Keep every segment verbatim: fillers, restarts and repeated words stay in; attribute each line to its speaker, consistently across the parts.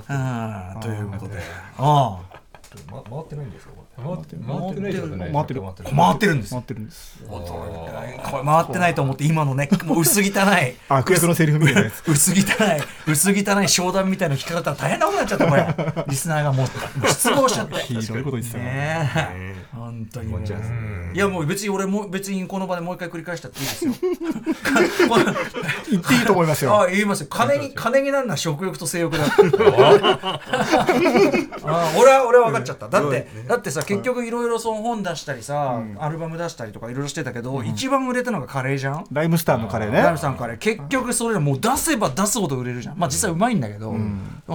Speaker 1: あということでああ
Speaker 2: ま、回ってないんですかこれ
Speaker 3: 回って回ってないことない
Speaker 2: 回ってる
Speaker 1: 回ってるんです
Speaker 2: 回ってるんです
Speaker 1: これ回ってないと思って今のねもう薄汚い
Speaker 2: あ悪役のセリフみたいなやつ
Speaker 1: 薄汚い薄汚い商談みたいなの引っかかったら大変なことになっちゃったこれリスナーがもう失望しちゃって
Speaker 2: ひどいこと言ってた
Speaker 1: ねえ本当にもういやもう別に俺も別にこの場でもう一回繰り返したっていいですよ
Speaker 2: 言っていいと思いますよ
Speaker 1: ああ言いますよ金に金になるのは食欲と性欲だあ俺は俺は分かっちゃっただってだってさ結局いろいろその本出したりさ、うん、アルバム出したりとかいろいろしてたけど、うん、一番売れたのがカレーじゃん
Speaker 2: ライムスターのカレーね
Speaker 1: ライムスターのカレー結局それもう出せば出すほど売れるじゃんまあ実際うまいんだけど、うん、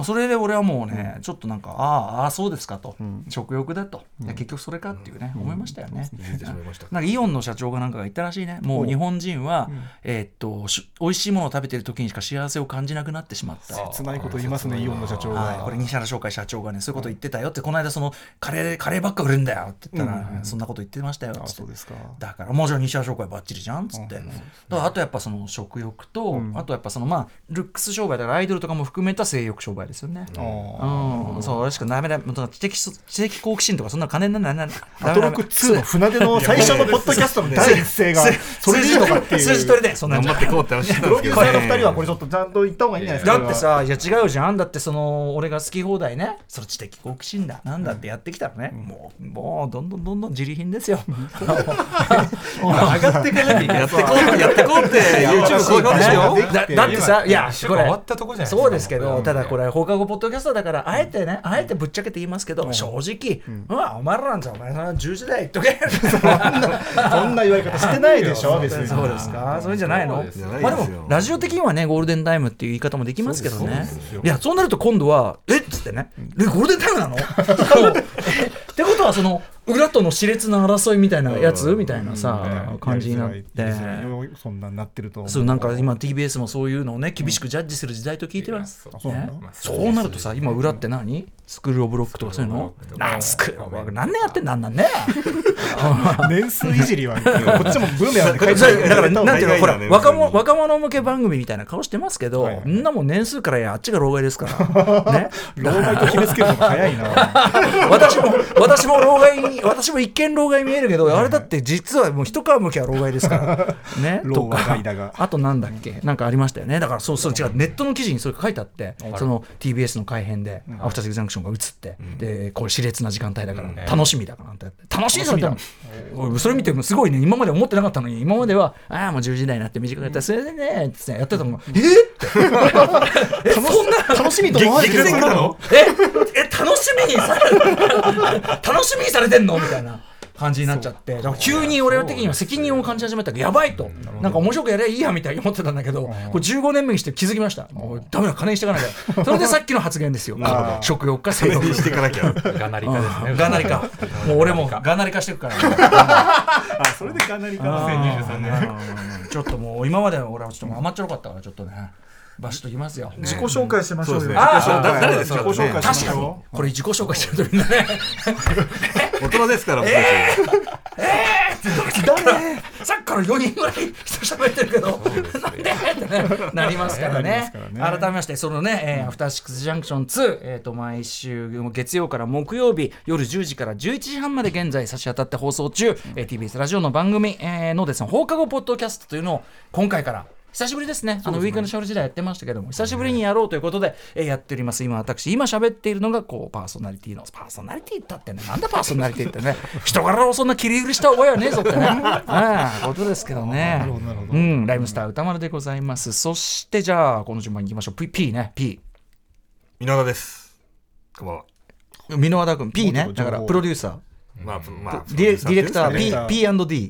Speaker 1: それで俺はもうね、うん、ちょっとなんかああそうですかと、うん、食欲だと、うん、結局それかっていうね、うん、思いましたよね、うん、なんかイオンの社長がなんかが言ったらしいねもう日本人は、うん、えー、っと美味しいものを食べてる時にしか幸せを感じなくなってしまった
Speaker 2: 切ないこと言いますねイオンの社長が
Speaker 1: これ西原商会社長がねそういうこと言ってたよってこの間そのカレーカレーばっか売れるんだよって言ったら、うん、そんなこと言ってましたよって
Speaker 2: あそうですか
Speaker 1: だからもちろん西原商会バッチリじゃんっつって、うん、だからあとやっぱその食欲と、うん、あとやっぱそのまあルックス商売だからアイドルとかも含めた性欲商売ですよね、うんうん、そうあれしかダメだ知的知的好奇心とかそんな金にならない
Speaker 2: アトロクツーの船出の最初のポッドキャストの第一声がそれでいいのかっていう
Speaker 1: 数字取りでそんなん
Speaker 3: 頑張ってこうって話してたんですけど
Speaker 2: プロデューサーのふたりはこれちょっとちゃんと言った方がいいんじゃないですか
Speaker 1: だってさいや違うじゃんだってその俺が好き放題ねそれ知的好奇心だなんだってやってきたらね、うん、もうもうどんどんどんどん自利品ですよ上
Speaker 3: がっていかなきゃいけないやってこうやってこうって YouTube こういうことですよ
Speaker 1: だ, だってさいやこれ
Speaker 3: 終わったとこじゃないですか
Speaker 1: そうですけどただこれ放課後ポッドキャストだからあえてねあえてぶっちゃけて言いますけど、うん、正直、うんうん、お前らなんざお前さじゅうじ台言っとけ
Speaker 2: そんなそんな言われ方してないでしょ別に
Speaker 1: そうですかそれじゃないのまあでもラジオ的にはねゴールデンタイムっていう言い方もできますけどねいやそうなると今度はえっつってねえゴールデンタイムなのってことはその裏との熾烈な争いみたいなやつみたいなさ感じになって
Speaker 2: そんなになってると
Speaker 1: そうなんか今 ティービーエス もそういうのをね厳しくジャッジする時代と聞いてます、うんね、そうなるとさ今裏って何スクールオブロックとかそういうのなんスクールオブロック何年やってんなんなんね
Speaker 2: 年数いじりはこっちもブーメランで書いて
Speaker 1: るだからなんていうのほら若者若者向け番組みたいな顔してますけど、はい、んなもん年数からやあっちが老害ですからね
Speaker 2: 老害と決めつけるのが早いな
Speaker 1: 私も私も老害に私も一見老害見えるけど、はい、あれだって実はもう一皮むきは老害ですからね
Speaker 2: 老害だが
Speaker 1: あとなんだっけなんかありましたよねだからそうそう違うネットの記事にそれ書いてあってその ティービーエス の改編で、うん、アフターシックスジャンクションが映って、うん、でこれ熾烈な時間帯だから、うん、楽しみだからなんて楽しいぞみたいなそれ見てもすごいね今まで思ってなかったのに今まではああもうじゅうじ台になって短くなったらそれでねってやってたのがええそんな
Speaker 2: 楽しみと思われてる
Speaker 1: のええ楽しみにされ楽しみにされてんのみたいな感じになっちゃってだから急に俺的には責任を感じ始めたけどやばいとなんか面白くやればいいやみたいに思ってたんだけどこれじゅうごねんめにして気づきましたもうダメだ金にしていかなきゃそれでさっきの発言ですよ食欲か性欲
Speaker 3: にしていかなきゃがなりかですね
Speaker 1: がなりかもう俺もがなりかしていくから
Speaker 2: あそれでがなりか
Speaker 3: にせんにじゅうさんねん
Speaker 1: ちょっともう今まで俺はちょっと甘っちょろかったからちょっとねバシッといきますよ、ね、
Speaker 2: 自己紹介しましょうよ、ね、
Speaker 1: ああ
Speaker 3: 誰ですか
Speaker 2: 自己紹介しましょう
Speaker 1: 確かにこれ自己紹介してるとみんなね
Speaker 3: 大人ですから僕たち
Speaker 1: えー、えー、誰さっきからよにんぐらい人喋ってるけどなんでってねなりますからね改めましてそのね、えー、アフターシックスジャンクションツー、えー、と毎週月曜から木曜日夜じゅうじからじゅういちじはんまで現在差し当たって放送中、えー、ティービーエス ラジオの番組、えー、のですね放課後ポッドキャストというのを今回から久しぶりですねあのウィークのシャオル時代やってましたけども久しぶりにやろうということで、えー、やっております今私今喋っているのがこうパーソナリティのパーソナリティだってねなんだパーソナリティってね人柄をそんな切り売りした覚えはねえぞってねああことですけどねうんライムスター歌丸でございますそしてじゃあこの順番に行きましょう P, P ね P
Speaker 3: 箕輪田ですこんばんは
Speaker 1: 箕輪田君 P ねだからプロデューサー
Speaker 3: まあまあ、
Speaker 1: ディレクター P, P&D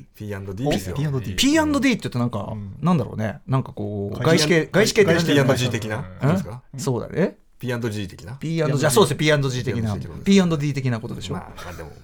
Speaker 3: P&D ですよ
Speaker 1: P&D って言うとなんか、うん、なんだろうねなんかこう外資系外資系って
Speaker 3: ピーアンドジー 的なですか
Speaker 1: そうだね
Speaker 3: ピーアンドジー 的な
Speaker 1: P&G あそうです ピーアンドジー 的な ピーアンドディー 的なことでしょ
Speaker 3: まあ、まあ、でもまあ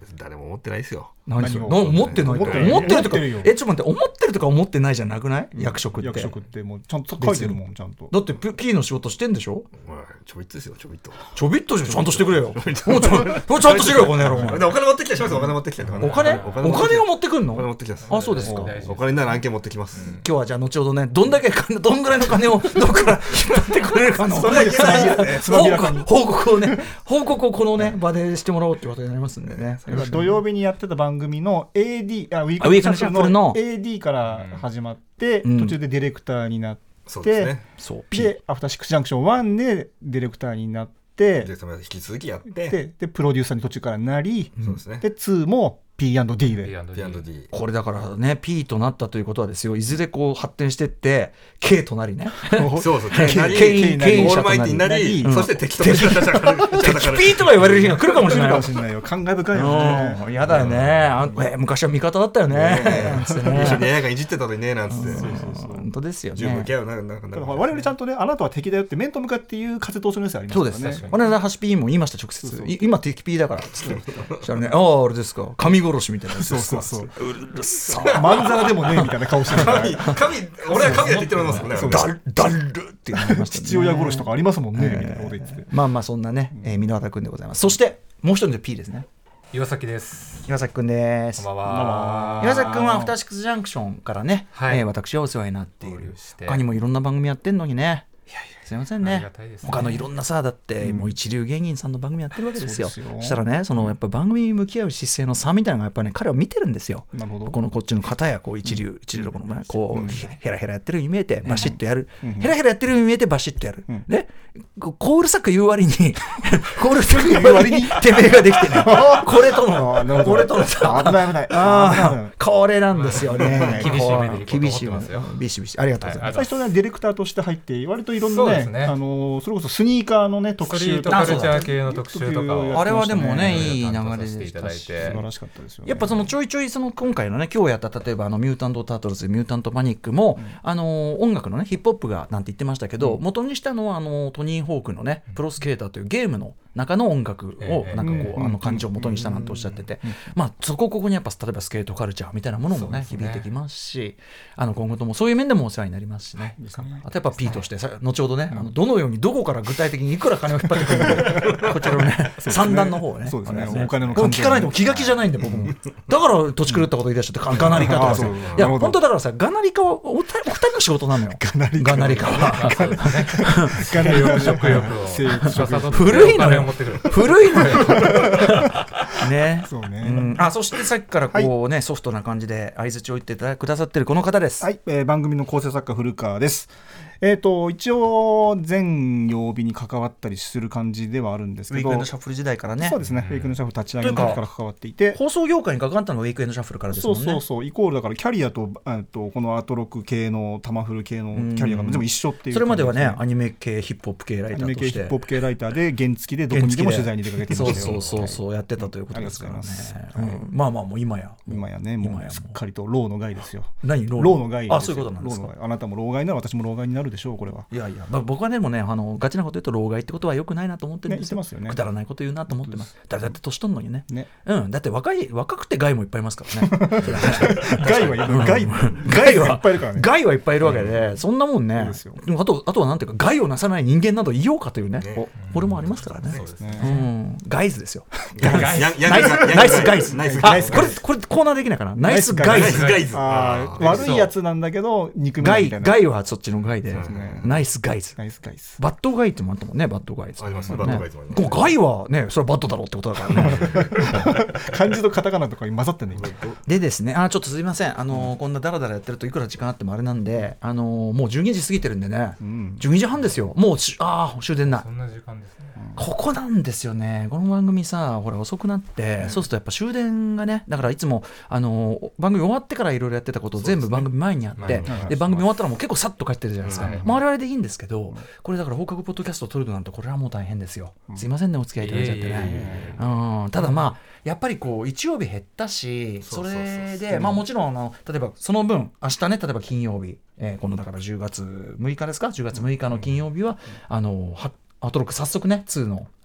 Speaker 3: 誰も思ってないですよ。
Speaker 1: 何それ
Speaker 2: 何を
Speaker 1: 思ってないとか
Speaker 2: 思
Speaker 1: 思ってるとか
Speaker 2: 思ってるよ
Speaker 1: えちょっと待って思ってるとか思ってないじゃなくない、役職って
Speaker 2: 役職ってもうちゃんと書いてるもんちゃんと。
Speaker 1: だって P の仕事してんでしょ。
Speaker 3: ちょびっとですよちょびっと。
Speaker 1: ちょびっとじゃちゃんとしてくれよもうちょもうちゃんとしてくれよこの野郎お前
Speaker 3: でお金持ってきたりします。お金持ってきたり
Speaker 1: お金お金を持ってくんの。
Speaker 3: お金持ってきます。
Speaker 1: あそうですか。
Speaker 3: お金なら案件持ってきます。
Speaker 1: 今日はじゃあ後ほどねどんだけ金どんぐらいの金をどこから引っ張ってくれるかの
Speaker 3: それは言えないですね。
Speaker 1: 報告報告をね報告をこのね場でしてもらおうってことになりますんでね。
Speaker 2: 土曜日にやってた番組の エーディー あウィーク
Speaker 1: ウィークのシャッフルの
Speaker 2: エーディー から始まって
Speaker 1: うん
Speaker 2: 途中でディレクターになって
Speaker 3: そうですね。
Speaker 1: そう
Speaker 2: でアフターシックスジャンクションワンでディレクターになって
Speaker 3: でその引き続きやって
Speaker 2: ででプロデューサーに途中からなり
Speaker 3: そうですね。
Speaker 2: でツーも ピーアンドディー で
Speaker 3: ピーアンドディー
Speaker 1: これだからね P となったということはですよいずれこう発展してって K となりね
Speaker 3: そうそう。
Speaker 1: K
Speaker 3: なり
Speaker 1: K
Speaker 3: オ
Speaker 1: K
Speaker 3: ールマイティになり、
Speaker 1: うん
Speaker 3: そして敵と敵と戦う。
Speaker 1: 敵 P とか言われる日が来るかもしれないよ
Speaker 2: かもしれないよ感慨深いよね。
Speaker 1: うんやだよねあえ昔は味方だったよねなんつってね
Speaker 3: 一緒に映画いじってたのにねなんつって。
Speaker 1: 本当ですよ
Speaker 3: 十分
Speaker 1: ね
Speaker 3: 向き合うなんかなんか
Speaker 2: だから我々ちゃんとねあなたは敵だよって面と向かっていう風通しの良さあります
Speaker 1: そう
Speaker 2: からね。
Speaker 1: ですこの間ハシピーも言いました直接い今敵 P だからつってそしたらねあああれですか神殺しみたいな
Speaker 2: そうそうそう
Speaker 1: うるさ
Speaker 2: まんざらでもねえみたいな顔してるから
Speaker 3: 神神俺は神だって言ってますもんね。
Speaker 1: だるだるってなりましたね
Speaker 2: 父親殺しとかありますもんねみたいなこと言ってて。
Speaker 1: まあまあそんなね、えー、箕輪田君でございます。そしてもう一人の P ですね。
Speaker 4: 岩崎です。
Speaker 1: 岩崎君です。
Speaker 4: こんばんは。
Speaker 1: 岩崎君はアフターシックスジャンクションからね、
Speaker 4: はい
Speaker 1: えー私はお世話になっている
Speaker 4: 合流して
Speaker 1: 他にもいろんな番組やってんのにね
Speaker 4: いやい
Speaker 1: すいません
Speaker 4: あり
Speaker 1: ね
Speaker 4: がたいですね
Speaker 1: 他のいろんなさだってもう一流芸人さんの番組やってるわけですよ。
Speaker 2: そうですよ
Speaker 1: したらねそのやっぱ番組に向き合う姿勢の差みたいなのがやっぱね彼は見てるんですよ。
Speaker 2: なるほど。
Speaker 1: このこっちの方やこう一流一流のこのねこうヘラヘラやってるように見えてバシッとやる
Speaker 2: うん
Speaker 1: ヘラヘラやってるように見えてバシッとやる
Speaker 2: うん
Speaker 1: でこうこううるさく言う割にこううるさく言う割にてめえができてねこれとの
Speaker 2: あーなるほど
Speaker 1: これとのさ
Speaker 2: 危ない危ない。
Speaker 1: あ
Speaker 2: 危ない危ない
Speaker 1: あこれなんですよね
Speaker 4: 厳しい目でいこうと
Speaker 1: 厳しい
Speaker 4: 思ってますよ
Speaker 1: ビシビシありがとうございます。
Speaker 2: 最初ねディレクターとして入って割といろんなね
Speaker 4: そうですね
Speaker 2: あのそれこそスニーカーのね特
Speaker 4: ストリート
Speaker 2: 集とか
Speaker 4: カルチャー系の特集とかを
Speaker 1: あれはでもね
Speaker 4: い
Speaker 1: いい流れ
Speaker 4: 担当させて
Speaker 1: でしたし
Speaker 4: いただいて
Speaker 2: 素晴らしかったですよね。
Speaker 1: やっぱそのちょいちょいその今回のね今日やった例えばあのミュータント・タートルズミュータント・パニックも、あの音楽のねヒップホップがなんて言ってましたけど、元にしたのはあのトニー・ホークのねプロスケーターというゲームの中の音楽をなんかこう、
Speaker 2: うん
Speaker 1: あの感情を元にしたなんておっしゃってて、まあそこここにやっぱ例えばスケートカルチャーみたいなものもね
Speaker 4: そうですね
Speaker 1: 響いてきますしあの今後ともそういう面でもお世話になりますしね、あとやっぱ P としてさ後ほどね、あのどのようにどこから具体的にいくら金を引っ張ってくるのかこちらのね三段の方をね
Speaker 2: そうですね
Speaker 1: あれ
Speaker 2: お金の
Speaker 1: これ聞かないと気が気じゃないんで僕もだから土地狂ったこと言い出しちゃってガナリカとかさ
Speaker 2: あそう
Speaker 1: いや
Speaker 2: なるほど
Speaker 1: 本当だからさガナリカはお二人お二人の仕事なのよガナリカは
Speaker 4: 食欲を
Speaker 2: 性欲食欲
Speaker 1: 古いのよ
Speaker 4: お金を持ってくる
Speaker 1: 古いのよね
Speaker 2: そうね
Speaker 1: うんあそしてさっきからこうねソフトな感じで相槌を言ってくださってるこの方です。
Speaker 2: はい、えー番組の構成作家古川です。えー、と一応全曜日に関わったりする感じではあるんです
Speaker 1: ウィ
Speaker 2: けど
Speaker 1: ークエンドシャッフル時代からね
Speaker 2: そうですね、ウィークエンドシャッフル立ち上げの時から関わっていて
Speaker 1: 放送業界に関わったのがウィークエンドシャッフルからです
Speaker 2: そうん
Speaker 1: もね。
Speaker 2: そうそうイコールだからキャリアとあとこのアートロック系のタマフル系のキャリアが全部一緒っていう
Speaker 1: それまではね
Speaker 2: 感じ
Speaker 1: アニメ系ヒップホップ系ライ
Speaker 2: アニメ
Speaker 1: ターとして
Speaker 2: 系ヒップホップ系ライターで原付でどこにでも取材に出かけていま
Speaker 1: そう
Speaker 2: したよ
Speaker 1: そうそうそうやってたということですからね
Speaker 2: ありがとうございます。
Speaker 1: うんまあまあもう今や
Speaker 2: 今やねも
Speaker 1: 今やもう
Speaker 2: うすっかりとローの害ですよ。
Speaker 1: 何ロ
Speaker 2: ローの害ですよ
Speaker 1: あそういうことなんですか
Speaker 2: ローの害あなたも老害なら私も老害になるでしょうこれは。
Speaker 1: いやいや、まあ、僕はでもねあのガチなこと言うと老害ってことは良くないなと思ってるんですよ。
Speaker 2: ね言ってますよね
Speaker 1: くだらないこと言うなと思ってます。だだって年取んのにね。
Speaker 2: ね
Speaker 1: うん、だって若い若くて害もいっぱいいますからね。
Speaker 2: 害はいる害
Speaker 1: 害はい
Speaker 2: っぱいいるからね。
Speaker 1: 害はいっぱいいるわけで、そんなもんね
Speaker 2: そうですよ。
Speaker 1: でもあとあとはなんていうか害をなさない人間などいようかというね。
Speaker 3: ね
Speaker 1: おこれもありますからね。
Speaker 4: そうですね
Speaker 1: うん、ガイズですよ。
Speaker 3: ヤンヤンヤン
Speaker 1: ナイスナイスガイズ。
Speaker 3: ナイス
Speaker 1: あ
Speaker 3: ナイス
Speaker 1: これこれコーナーできないかな。ナイスガイズ。
Speaker 3: ナイスガイズ
Speaker 2: あー
Speaker 3: あー
Speaker 2: 悪いやつなんだけど憎め
Speaker 1: ガ
Speaker 2: ないみたいな。
Speaker 1: イガイはそっちのガイで、
Speaker 2: ね
Speaker 1: ナイスガイズ。
Speaker 2: ナイスガイズ。
Speaker 1: バッドガイってもあったもんね、バッドガイズ。
Speaker 3: ありますねバッドガイズもあります
Speaker 1: こうガイはね、それはバッドだろうってことだからね。
Speaker 2: 漢字とカタカナとかに混ざってんね今。
Speaker 1: でですね、あちょっとすいません、あのーこんなダラダラやってるといくら時間あってもあれなんで、あのーもうじゅうにじ過ぎてるんでね、
Speaker 2: うん
Speaker 1: じゅうにじはんですよ、もうしああ終電ない
Speaker 4: そ。んな時間ですね
Speaker 1: ここなんですよね、この番組さ、ほら遅くなって、そうするとやっぱ終電がね、だからいつも、あのー番組終わってからいろいろやってたことを全部番組前にやって、
Speaker 4: 前に
Speaker 1: で番組終わったらもう結構さっと帰ってるじゃないですか、
Speaker 4: はい
Speaker 1: まあ、我々でいいんですけど、これだから放課後ポッドキャストを撮るのなんて、これはもう大変ですよ、すいませんね、お付き合いいただいちゃって
Speaker 4: いえいえいえい
Speaker 1: ね。
Speaker 4: え
Speaker 1: うんただまあやっぱりこう日曜日減ったし、そ
Speaker 3: そうそうそう
Speaker 1: れでまあもちろんあの例えばその分明日ね例えば金曜日、えー、今度だからじゅうがつむいかですかじゅうがつむいかの金曜日はあのはアウトロック早速ねにの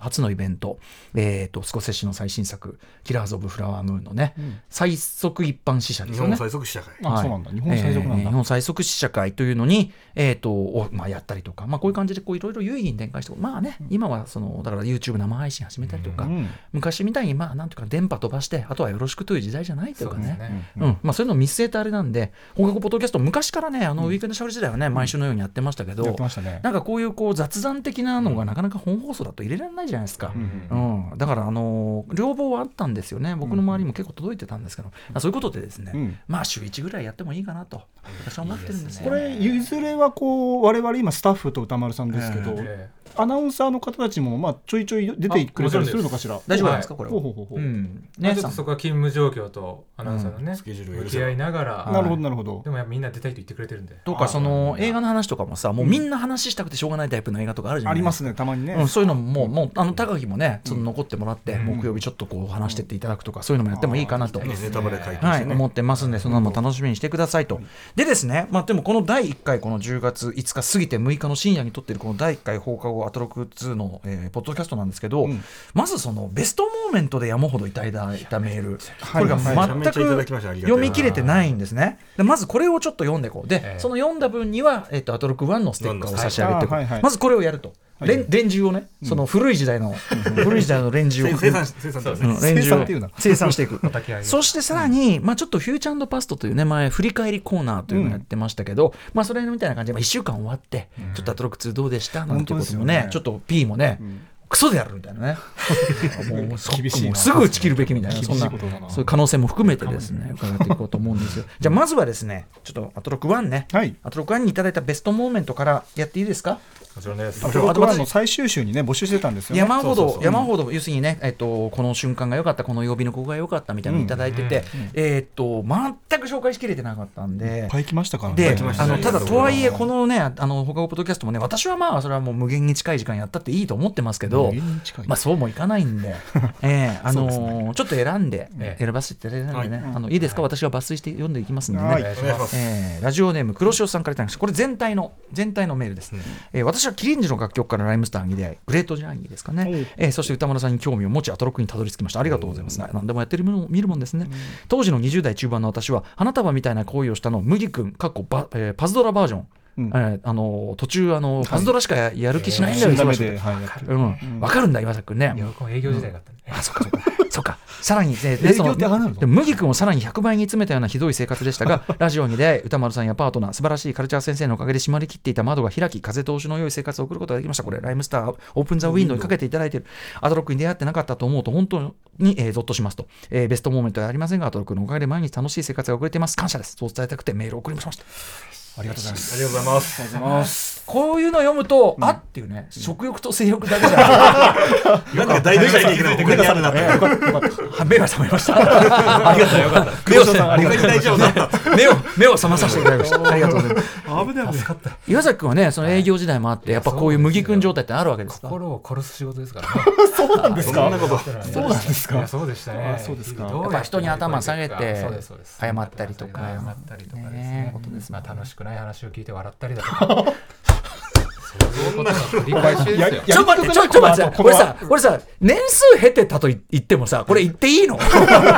Speaker 1: 初のイベント、えー、とスコセッシの最新作キラーズ・オブ・フラワームーンのね、うん、最速一般試写ですよね。
Speaker 3: 日本最速試写会、
Speaker 2: あ、そうなんだ、日本最速なんだ、
Speaker 1: えー、日本最速試写会というのに、えーとをまあ、やったりとか、まあ、こういう感じでいろいろ有意義に展開して、まあね、うん、今はそのだから YouTube 生配信始めたりとか、うん、昔みたいにまあなんていうか電波飛ばしてあとはよろしくという時代じゃないというかね、そうですね、うんまあ、そういうのを見据えたあれなんで、放課後ポッドキャスト昔からね、あのウィークエンドシャウル時代はね、うん、毎週のようにやってましたけど、
Speaker 2: やってましたね、
Speaker 1: なんかこういうこう雑談的なのがなかなか本放送だと入れられないじゃないですか、うんうん、だからあの両方はあったんですよね。僕の周りも結構届いてたんですけど、うん、そういうことでですね、うん、まあ週いちぐらいやってもいいかなと私は思ってるんですね。
Speaker 2: これいずれはこう我々今スタッフと歌丸さんですけど、えーアナウンサーの方たちもまあちょいちょい出てくれたりするのかしら。
Speaker 1: 大丈夫なんですかこれは。
Speaker 2: ほうほうほうほう、
Speaker 4: うんね、ちょっとそこは勤務状況とアナウンサーのね、うん、スケジュールを向き合いながら、
Speaker 2: なるほどなるほど。
Speaker 4: でもやっぱみんな出たいと言ってくれてるんで。
Speaker 1: とかその映画の話とかもさ、もうみんな話したくてしょうがないタイプの映画とかあるじゃないですか。
Speaker 2: ありますね、たまにね、
Speaker 1: うん、そういうのももう、もうあの高木もねその残ってもらって、うん、木曜日ちょっとこう話してっていただくとか、そういうのもやってもいいかなと、うん、ネタバレ書いてますね、はい、思ってますんで、そののも楽しみにしてくださいと、うん、でですね、まあでもこのだいいっかいこのじゅうがついつか過ぎてむいかの深夜に撮ってるこのだいいっかい放課後アトロクツーの、えー、ポッドキャストなんですけど、うん、まずそのベストモーメントで山ほどいただいたメール、これが全く読み切れてないんですね。でまずこれをちょっと読んでいこう。で、えー、その読んだ分には、えー、とアトロクワンのステッカーを差し上げて、はいはい、まずこれをやると、連連中をね、うん、その古い時代の、うん、古い時代の連中を
Speaker 3: 生産生産、
Speaker 1: うん、連中を生産していくそしてさらに、まあ、ちょっとフューチャー&パストというね前振り返りコーナーというのをやってましたけど、うんまあ、それみたいな感じで、まあ、いっしゅうかん終わって、うん、ちょっとアトロクツーどうでしたなんてこともね、ちょっと P もね、うんクソでやるみたいなねもう厳しいな、すぐ打ち切るべきみたいな、そんなそういう可能性も含めてですね伺っていこうと思うんですよ。じゃあまずはですね、ちょっとアトロクワンね、はい、アトロクワンにいただいたベストモーメントからやっていいですか。
Speaker 4: もちろんです。
Speaker 2: アトロクワンの最終週にね募集してたんですよね。
Speaker 1: 山ほどそうそうそう、山ほど要するにね、えっと、この瞬間が良かった、この曜日のここが良かったみたいなのいただいてて、うんうん、えー、っと全く紹介しきれてなかったんで、
Speaker 2: いっぱい来ましたからね。
Speaker 1: で、あのただとはいえこのね、あの放課後ポッドキャストもね、私はまあそれはもう無限に近い時間やったっていいと思ってますけど、まあそうもいかないんで、えーあのーね、ちょっと選んで、えー、選ばせていただいたんでね、はい、あのいいですか、はい、私は抜粋して読んでいきますんでね、はい、えー、ラジオネーム黒潮さんからいただきました。これ全体の全体のメールです、うんえー、私はキリンジの楽曲からライムスターに出会いグレートジャーニーですかね、えー、そして歌丸さんに興味を持ちアトロックにたどり着きました。ありがとうございます。何でもやってるもの見るもんですね。当時のにじゅう代中盤の私は花束みたいな行為をしたのを麦君かっこバ、えー、パズドラバージョン、うんえー、あの途中あのパズドラしかやる気しないんだよ、忙しくて、分かるんだ岩崎君ね。
Speaker 4: 営業時代があったね、
Speaker 1: うん、あそっかそっかそっかさらに、ね、営業って上がるの？で麦君をさらにひゃくばいに詰めたようなひどい生活でしたがラジオに出会い歌丸さんやパートナー素晴らしいカルチャー先生のおかげで閉まりきっていた窓が開き風通しの良い生活を送ることができました。これライムスターオープンザウィンドウにかけていただいているアトロックに出会ってなかったと思うと本当に、えー、ゾッとしますと、えー、ベストモーメントではありませんがアトロックのおかげで毎日楽しい生活が送れています。感謝です。そう伝えたくてメールを送りました。
Speaker 2: ありがとうございます。
Speaker 3: ありがとうございます。ありがとうございます。
Speaker 1: こういうの読むと、うん、あっていうね、食欲と性欲だけじゃない。
Speaker 3: なんか大事に気づいてくれてあるなって。
Speaker 1: 目が覚めました。ありがとうよかった。目を大丈夫だった。目を目を覚まさせていただきました。ありがとうございます。危ない助かった。岩崎君はね、その営業時代もあって、やっぱこういう麦君状態ってあるわけですか。
Speaker 4: 心を殺す仕事ですからね。
Speaker 2: そうなんですか。
Speaker 3: そんなこと。
Speaker 2: そうなんですか。
Speaker 4: そうでしたね。
Speaker 2: そうですか。
Speaker 1: やっぱ人に頭下げて謝ったりとか、
Speaker 4: 謝ったりとかですね。まあ楽しくない話を聞いて笑ったりだとか。そういうことの繰り返しですよ。
Speaker 1: ちょっと待って、ちょっと待って、これさ、これさ、年数経てたと言ってもさ、これ言っていいの？そう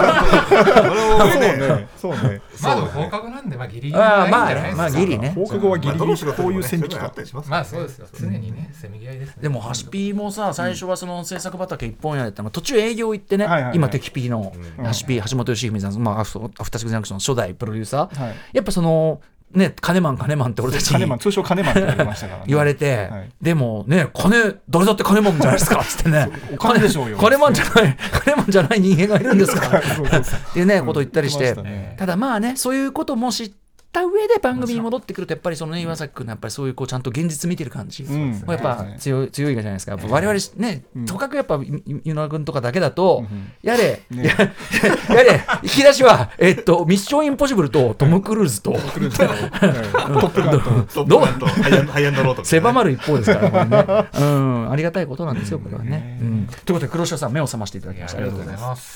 Speaker 2: ね、そうね。
Speaker 4: まあ放課後なんでまあギリギリ
Speaker 1: あまあまあギリね。
Speaker 2: 放課後はギリギリこういう線引きか。
Speaker 4: まあそうですよ。常にねせめぎ合いですね。
Speaker 1: でもハシピーもさ、最初はその制作畑一本やったのが途中営業行ってね、今テキピーのハシピー橋本良文さん、まあアフターシックスジャンクションの初代プロデューサー、やっぱそのね、金マン金マンって俺たちに
Speaker 2: 通称金マンって言われましたから、ね、
Speaker 1: 言われて、はい、でもね金誰だって金マンじゃないですかっつってね
Speaker 2: お金でしょうよ
Speaker 1: 金マンじゃない金マンじゃない人間がいるんですかっていうねことを言ったりして、ね、ただまあねそういうことも知ってた上で番組に戻ってくるとやっぱりそのね岩崎君のやっぱりそういうこうちゃんと現実見てる感じ、うん、やっぱ強い強いじゃないですか。やっぱ我々ね、うん、とかくやっぱ湯野君とかだけだと、うん、やれ、ね、や, やれ引き出しはえっとミッションインポッシブルとトム・クルーズとトップガンとどう
Speaker 3: ハイエンドロード
Speaker 1: 狭まる一方ですからこれね、うん、ありがたいことなんですよこれはね、うん、ということで黒潮さん目を覚ましていただきました。
Speaker 4: ありがとうございます。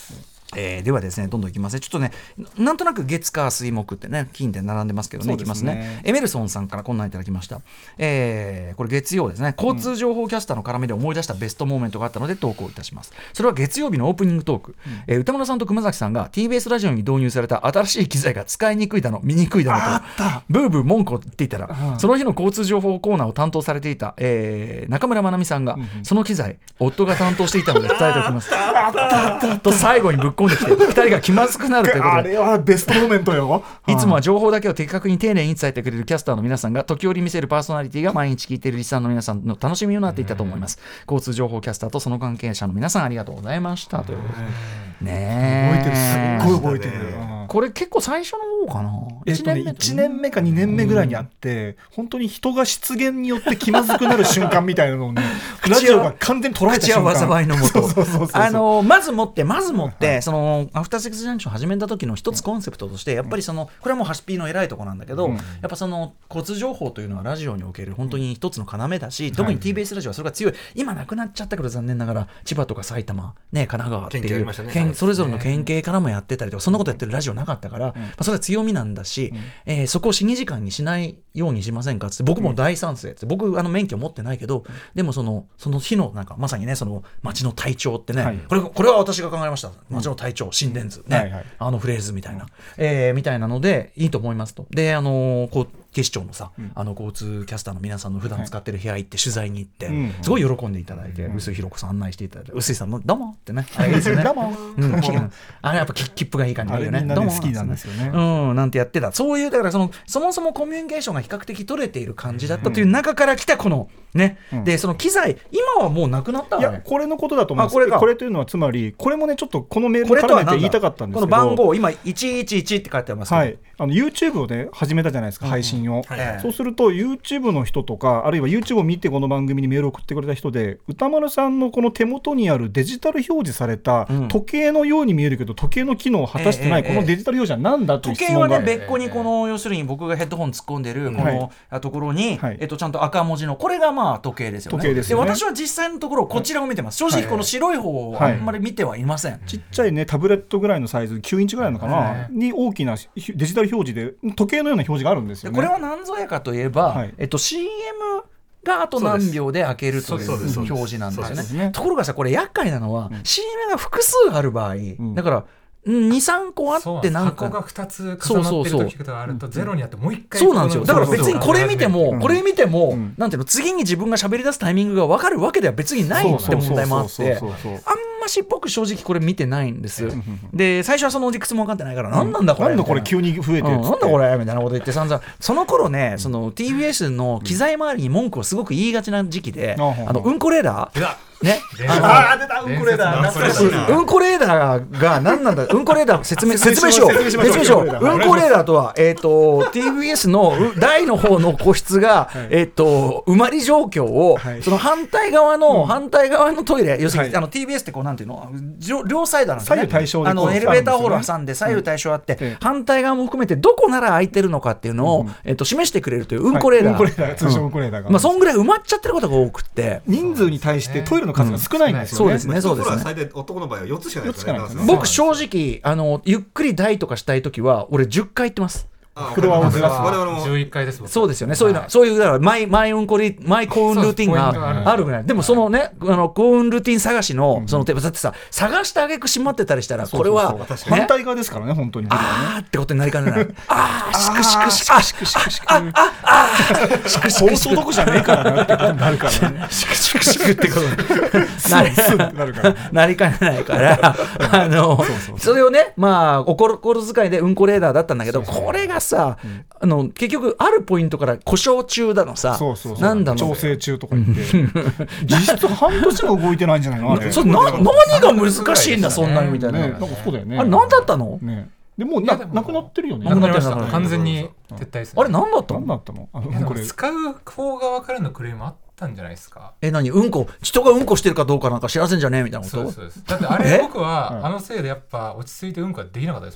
Speaker 1: えー、ではですねどんどんいきますね。ちょっとねなんとなく月火水木ってね金で並んでますけどね、いきますね。エメルソンさんからこんなんいただきました。えー、これ月曜ですね。交通情報キャスターの絡みで思い出したベストモーメントがあったので投稿いたします。それは月曜日のオープニングトーク、うんえー、歌村さんと熊崎さんが ティービーエス ラジオに導入された新しい機材が使いにくいだの見にくいだのとブーブー文句を言っていたら、うん、その日の交通情報コーナーを担当されていた、えー、中村まなみさんが、うん、その機材夫が担当していたので伝えておきますと最後にぶっ込んできてふたりが気まずくなるということで、
Speaker 2: あれはベストモーメントよ
Speaker 1: いつもは情報だけを的確に丁寧に伝えてくれるキャスターの皆さんが時折見せるパーソナリティが毎日聞いているリスナーの皆さんの楽しみになっていたと思います。交通情報キャスターとその関係者の皆さんありがとうございましたということでね
Speaker 2: 覚えてるすっごい覚えてる、
Speaker 1: これ結構最初の方かな、
Speaker 2: えっとね、いちねんめかにねんめぐらいにあって、本当に人が失言によって気まずくなる瞬間みたいなのをねラジオが完全に捉えた瞬間、
Speaker 1: 口は災いのもとあのまずもってまずもって、はい、そのアフターシックスジャンクション始めた時の一つコンセプトとしてやっぱりそのこれはもうハシピーの偉いところなんだけど、うん、やっぱその交通情報というのはラジオにおける本当に一つの要だし、うん、特に ティービーエス ラジオはそれが強い、今なくなっちゃったけど残念ながら千葉とか埼玉、ね、神奈川っていう、ね、県それぞれの県警からもやってたりとかそんなことやってるラジオなかったから、うんまあ、それは強みなんだし、うんえー、そこを死に時間にしないようにしませんかって僕も大賛成って、僕あの免許持ってないけど、うん、でもそのその日のなんかまさにねその街の体調ってね、はい、これこれは私が考えました。街の体調心電図ね、はいはい、あのフレーズみたいな、えー、みたいなのでいいと思いますと。であのー、こう警視庁のさ、うん、あの交通キャスターの皆さんの普段使ってる部屋行って取材に行って、はい、すごい喜んでいただいて、うん、臼井弘子さん案内していただいて、臼井さんもどうもってね、あれいいですよねどうも、うん、あれやっぱ切符がいい感じがいいよね、
Speaker 2: あれみんなね好きなんですよね、
Speaker 1: うん、なんてやってた、そういうだからそのそもそもコミュニケーションが比較的取れている感じだったという中から来たこのね、うん、でその機材今はもうなくなったわね。
Speaker 2: いやこれのことだと思います。
Speaker 1: これが
Speaker 2: これというのはつまりこれもねちょっとこのメールに絡めて言いたかったんですけど、
Speaker 1: この番号今いちいちいちって書いてありますけど、
Speaker 2: はい、あの YouTube をね始めたじゃないですか、配信を、
Speaker 1: はいはい、
Speaker 2: そうすると YouTube の人とかあるいは YouTube を見てこの番組にメールを送ってくれた人で、歌丸さんのこの手元にあるデジタル表示された時計のように見えるけど時計の機能を果たしてないこのデジタル表示は何だという質問が、
Speaker 1: 時計はね別個にこの要するに僕がヘッドホン突っ込んでるこのところに、はいえっと、ちゃんと赤文字のこれがまあ時計ですよね。
Speaker 2: 時計ですよね。
Speaker 1: で私は実際のところこちらを見てます。正直この白い方をあんまり見てはいません、はいはい、
Speaker 2: ちっちゃいねタブレットぐらいのサイズきゅうインチぐらいのかな、はい、に大きなデジタル表示で時計のような表示があるんですよね。
Speaker 1: これは何ぞやかといえば、はいえっと、シーエム があと何秒で開けるという表示なんですよね。ところがさこれ厄介なのは、うん、シーエム が複数ある場合、うん、だからにさんこあってなんか
Speaker 4: 箱がふたつ重なってる時があるとゼロになってもう一回
Speaker 1: そうなんですよ。だから別にこれ見てもこれ見てもなんていうの次に自分が喋り出すタイミングが分かるわけでは別にないって問題もあってあんましっぽく正直これ見てないんです。で最初はその理屈も分かってないから何なんだこれ
Speaker 2: なんだこれ急に増えてなん
Speaker 1: だこれみたいなこと言って散々その頃ねその ティービーエス の機材周りに文句をすごく言いがちな時期であのうんこレーダーね、
Speaker 2: ああ出たうんこレーダー
Speaker 1: うんこレーダーが何なんだうんこレーダー説明説明しよう説明しよううんこレーダーとはえっと ティービーエス の台の方の個室がえっと埋まり状況をその反対側の反対側のトイレ要するにあの ティービーエス ってこうなんていうの両サイドなんですね。
Speaker 2: 左右対称で
Speaker 1: あのエレベーターホール挟んで左右対称あって反対側も含めてどこなら空いてるのかっていうのをえっと示してくれるといううんこレーダー、
Speaker 2: うんこレーダー通称うんこレーダーが
Speaker 1: まあそんぐらい埋まっちゃってることが多くって
Speaker 2: 人数に対してトイレの数が少ないんですよね。
Speaker 1: そうですねそうですね。
Speaker 3: 最大男の場合はよっつしかないですね。
Speaker 1: 僕正直あのゆっくり台とかしたいときは俺じゅっかい行ってます。
Speaker 2: フロアをずらす
Speaker 4: 我々もじゅういっかいです。
Speaker 1: そうですよね。そういうの、はい、そういうだからマイマイうんこリマイ幸運ルーティンがあるぐらい。でもそのね、あの幸運ルーティン探しのそのだってさ探してあげく閉まってたりしたらこれは
Speaker 2: 反対側ですからね本当に。
Speaker 1: あーってことになりかねない。あーシクシクシクシクシクシクあああシクシクシク
Speaker 2: 放送どこじゃねえからなってことになるからね。
Speaker 1: シクシクシクってことになりかねないからあのそれをねまあお心遣いでうんこレーダーだったんだけどこれがさ、うん、あの結局あるポイントから故障中だのさ
Speaker 2: そうそうそう
Speaker 1: なんだの
Speaker 2: 調整中とか言って実質半年も動いてないんじゃないのあれ
Speaker 1: それな何が難しいんだそんなにみたいな、
Speaker 2: ね、なんかそうだよね
Speaker 1: あれ何だったの、
Speaker 2: ね、でもう な, なくなってるよね。
Speaker 4: なくなりました完全に撤退ですね。
Speaker 1: あれ何だったの
Speaker 2: 何だったのあの
Speaker 4: これ使う方が分かるのクレームあったんじゃないですか。
Speaker 1: え何うんこ人がうんこしてるかどうかなんか知らせんじゃねえみたいなこと。
Speaker 4: そうですそうです。だってあれ僕はあのせいでやっぱ落ち着いてうんこはできなかったですもん。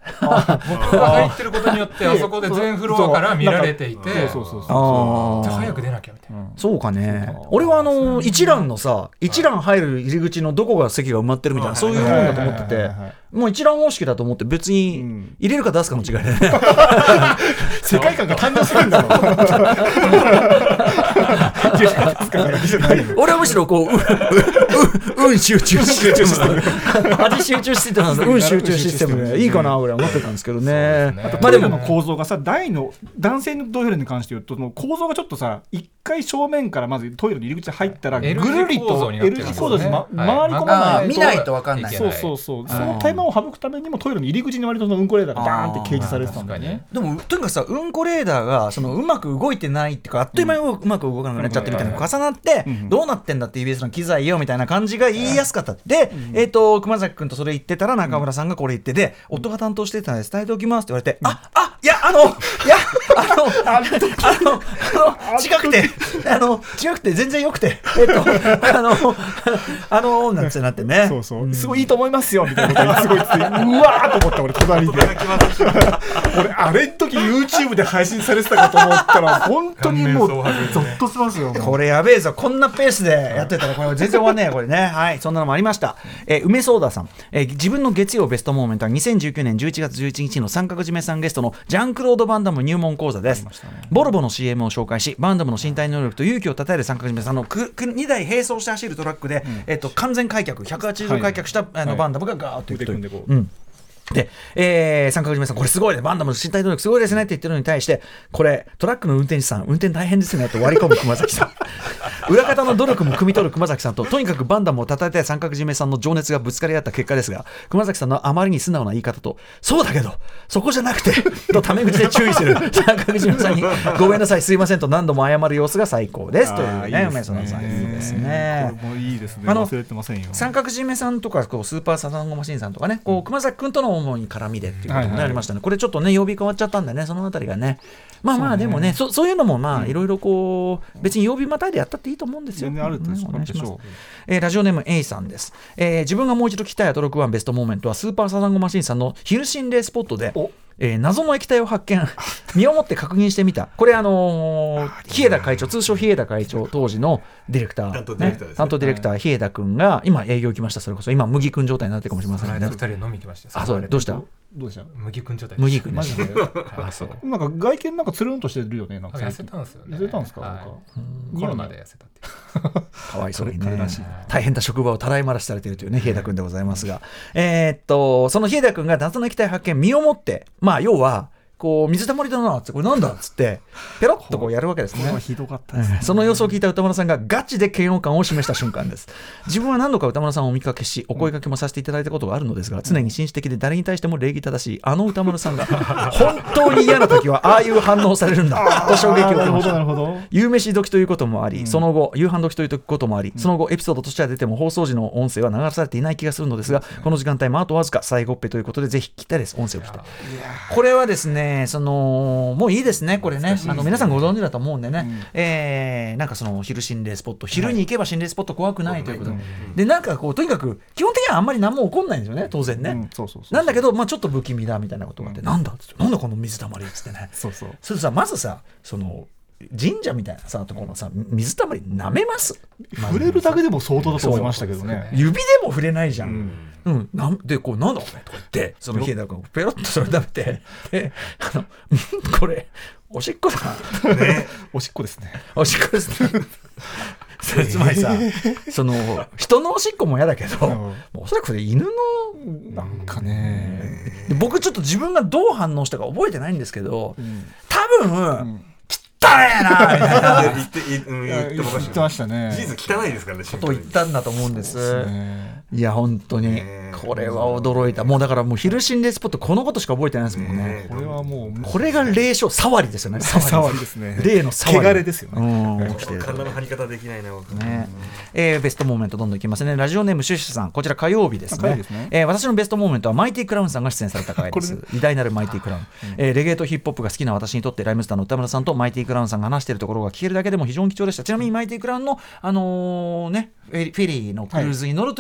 Speaker 4: 僕が入ってることによってあそこで全フロアから見られていて、
Speaker 2: そうそうそうそう。
Speaker 4: じゃあ早く出なきゃみたいな。
Speaker 1: そうかね。俺はあの一覧のさ、一覧入る入り口のどこが席が埋まってるみたいな、そういうもんだと思ってて、もう一覧方式だと思って別に入れるか出すかの違いでね。
Speaker 2: 世界観が単純すぎるんだろ。
Speaker 1: 俺はむしろこう、う、う、うん集中システム。味集中システムなんだ。うん集中システムでいいかな俺は思ってたんですけどね。
Speaker 2: まあでもの構造がさ、大の男性のトイレに関して言うと、構造がちょっとさ、一回正面からまずトイレの入り口入ったらぐるりと L 字構造に回り込まないと
Speaker 1: 見ないと分かんない。
Speaker 2: そうそうそう。そのタイマーを省くためにもトイレの入り口に割とそのうんこレーダーがダーンって掲示されてたんだよね。
Speaker 1: でもとにかくさ、うんこレーダーがそのうまく動いてないっていうか、あっという間にうまく動かなくなっちゃってみたいなのが重なって、どうなってんだって イービーエス の機材よみたいな感じが言いやすかった。で、えっと熊崎君とそれ言ってたら中村さんがこれ言ってで、夫が担当してたんです伝えておきますって言われて、ああいやあのいやあのあのあの違くてあの違くて全然よくてえっとあのあのなんてなってね、
Speaker 2: そうそうすごいいいと思いますよみたいなことすごいつってうわーと思った俺隣で俺あれの時 YouTube で配信されてたかと思ったら本当にもうゾッとしますよ。
Speaker 1: これやべえぞ、こんなペースでやってたらこれ全然終わんねえこれね。はい、そんなのもありました。えー、梅ソーダさん、えー、自分の月曜ベストモーメントはにせんじゅうきゅうねんじゅういちがつじゅういちにちの三角締めさんゲストのジャンクロード・バンダム入門講座です、ね、ボルボの シーエム を紹介し、バンダムの身体能力と勇気をたたえる三角締めさんのにだい並走して走るトラックで、うんえー、と完全開脚ひゃくはちじゅうど開脚した、はい、あのバンダムがガーッといくという、うんで、えー、三角締めさんこれすごいね、バンダムの身体能力すごいですねって言ってるのに対して、これトラックの運転手さん運転大変ですねと割り込む熊崎さん裏方の努力も汲み取る熊崎さんと、とにかくバンダムを叩いたい三角締めさんの情熱がぶつかり合った結果ですが、熊崎さんのあまりに素直な言い方と、そうだけどそこじゃなくてとタメ口で注意する三角締めさんにごめんなさいすいませんと何度も謝る様子が最高ですというね、梅園さんいいですね。
Speaker 2: これもいいですね。
Speaker 1: あの
Speaker 2: 忘れてませんよ。
Speaker 1: 三角締めさんとかこうスーパーサザンゴマシンさんとかね、こう熊崎君との主に絡みでっていうことも、ねはいはい、ありましたね。これちょっとね曜日変わっちゃったんでね、そのあたりがね、まあまあでもね、そ う, ね そ, そういうのもまあいろいろこう別に曜日またいでやったっていいと思うんですよ。
Speaker 2: 全然あるんです、ね、お願いします。
Speaker 1: えー、ラジオネーム A さんです、えー、自分がもう一度聞きたいアトロクワンベストモーメントはスーパーサザンゴマシンさんの昼心霊スポットでえー、謎の液体を発見身をもって確認してみた。これあのー、日枝会長、通称日枝会長当時のディレクター、担当ディレクターですね、担当ディレクター日枝君が今営業行きました。それこそ今麦君状態になってるかもしれませんね。
Speaker 4: ふたりで飲み行きました。
Speaker 1: あ、そうどうした
Speaker 2: どうした
Speaker 4: 麦君状態
Speaker 1: 麦君
Speaker 2: マジであそうなんか外見なんかつるんとしてるよね。なんか
Speaker 4: 痩せたんですよね。
Speaker 2: 痩せたんですか、はい、なんか
Speaker 4: コロナで痩せたって
Speaker 1: かわいそうにね大変な職場をたらいまらしされているというね日枝君でございますが、えー、っとその日枝君が謎の液体発見身をもって、まあ要はこう水たまりだなって、これなんだっつってペロッとこうやるわけですね。
Speaker 2: これはひどかったですね。
Speaker 1: その様子を聞いた歌丸さんがガチで嫌悪感を示した瞬間です。自分は何度か歌丸さんをお見かけしお声掛けもさせていただいたことがあるのですが、常に紳士的で誰に対しても礼儀正しいあの歌丸さんが本当に嫌な時はああいう反応をされるんだと衝撃を受けました。夕飯時ということもあり、うん、その後夕飯時ということもあり、その後エピソードとしては出ても放送時の音声は流されていない気がするのですが、この時間帯もあとわずか最後っぺということでぜひ聞きたいです。音声を聞きたい。これはですね、そのもういいですねこれね、あの皆さんご存知だと思うんでね、うん、えー、なんかその昼心霊スポット、昼に行けば心霊スポット怖くないということで、はい、でなんかこうとにかく基本的にはあんまり何も起こんないんですよね当然ね、うん、そうそうそうそうなんだけど、まあ、ちょっと不気味だみたいなことがあって、うん、なんだっつってなんだこの水たまりっつってね、そうそうそれさまずさその神社みたいなさとこのさ水たまり舐めます、
Speaker 2: 触れるだけでも相当だと思いましたけどね。
Speaker 1: 指でも触れないじゃん、うんうん、なんでこうなんだお前とか言ってその日枝君ペロッとそれ食べてであのこれおしっこだ、
Speaker 2: ね、おしっこですね
Speaker 1: おしっこですねつまりさ、えー、その人のおしっこも嫌だけど、うん、おそらくそれ犬の
Speaker 2: なんかね、
Speaker 1: で僕ちょっと自分がどう反応したか覚えてないんですけど、うん、多分、うん汚えなみたいな
Speaker 3: 言って言ってましたね。事実汚いですからね。
Speaker 1: ことを言ったんだと思うんです。そうですね、いや本当にこれは驚いた。もうだからもう昼心霊スポットこのことしか覚えてないですもんね。
Speaker 2: これはもう
Speaker 1: これが霊障触りですよね。
Speaker 2: 触りですね。
Speaker 1: 霊の触り。
Speaker 2: 汚れですよね。
Speaker 3: 体の張り方できないな。
Speaker 1: ねえー、ベストモーメントどんどんいきますね。ラジオネームシュッシュさん、こちら火曜日ですね。ですね、えー、私のベストモーメントはマイティクラウンさんが出演された回です。偉大なるマイティクラウン、うんえー。レゲエとヒップホップが好きな私にとってライムスターの歌村さんとマイティクラウンさんが話しているところが聞けるだけでも非常に貴重でした。ちなみにマイティクラウンの、あのーね、フェリーのクルーズに乗るというんで、はい、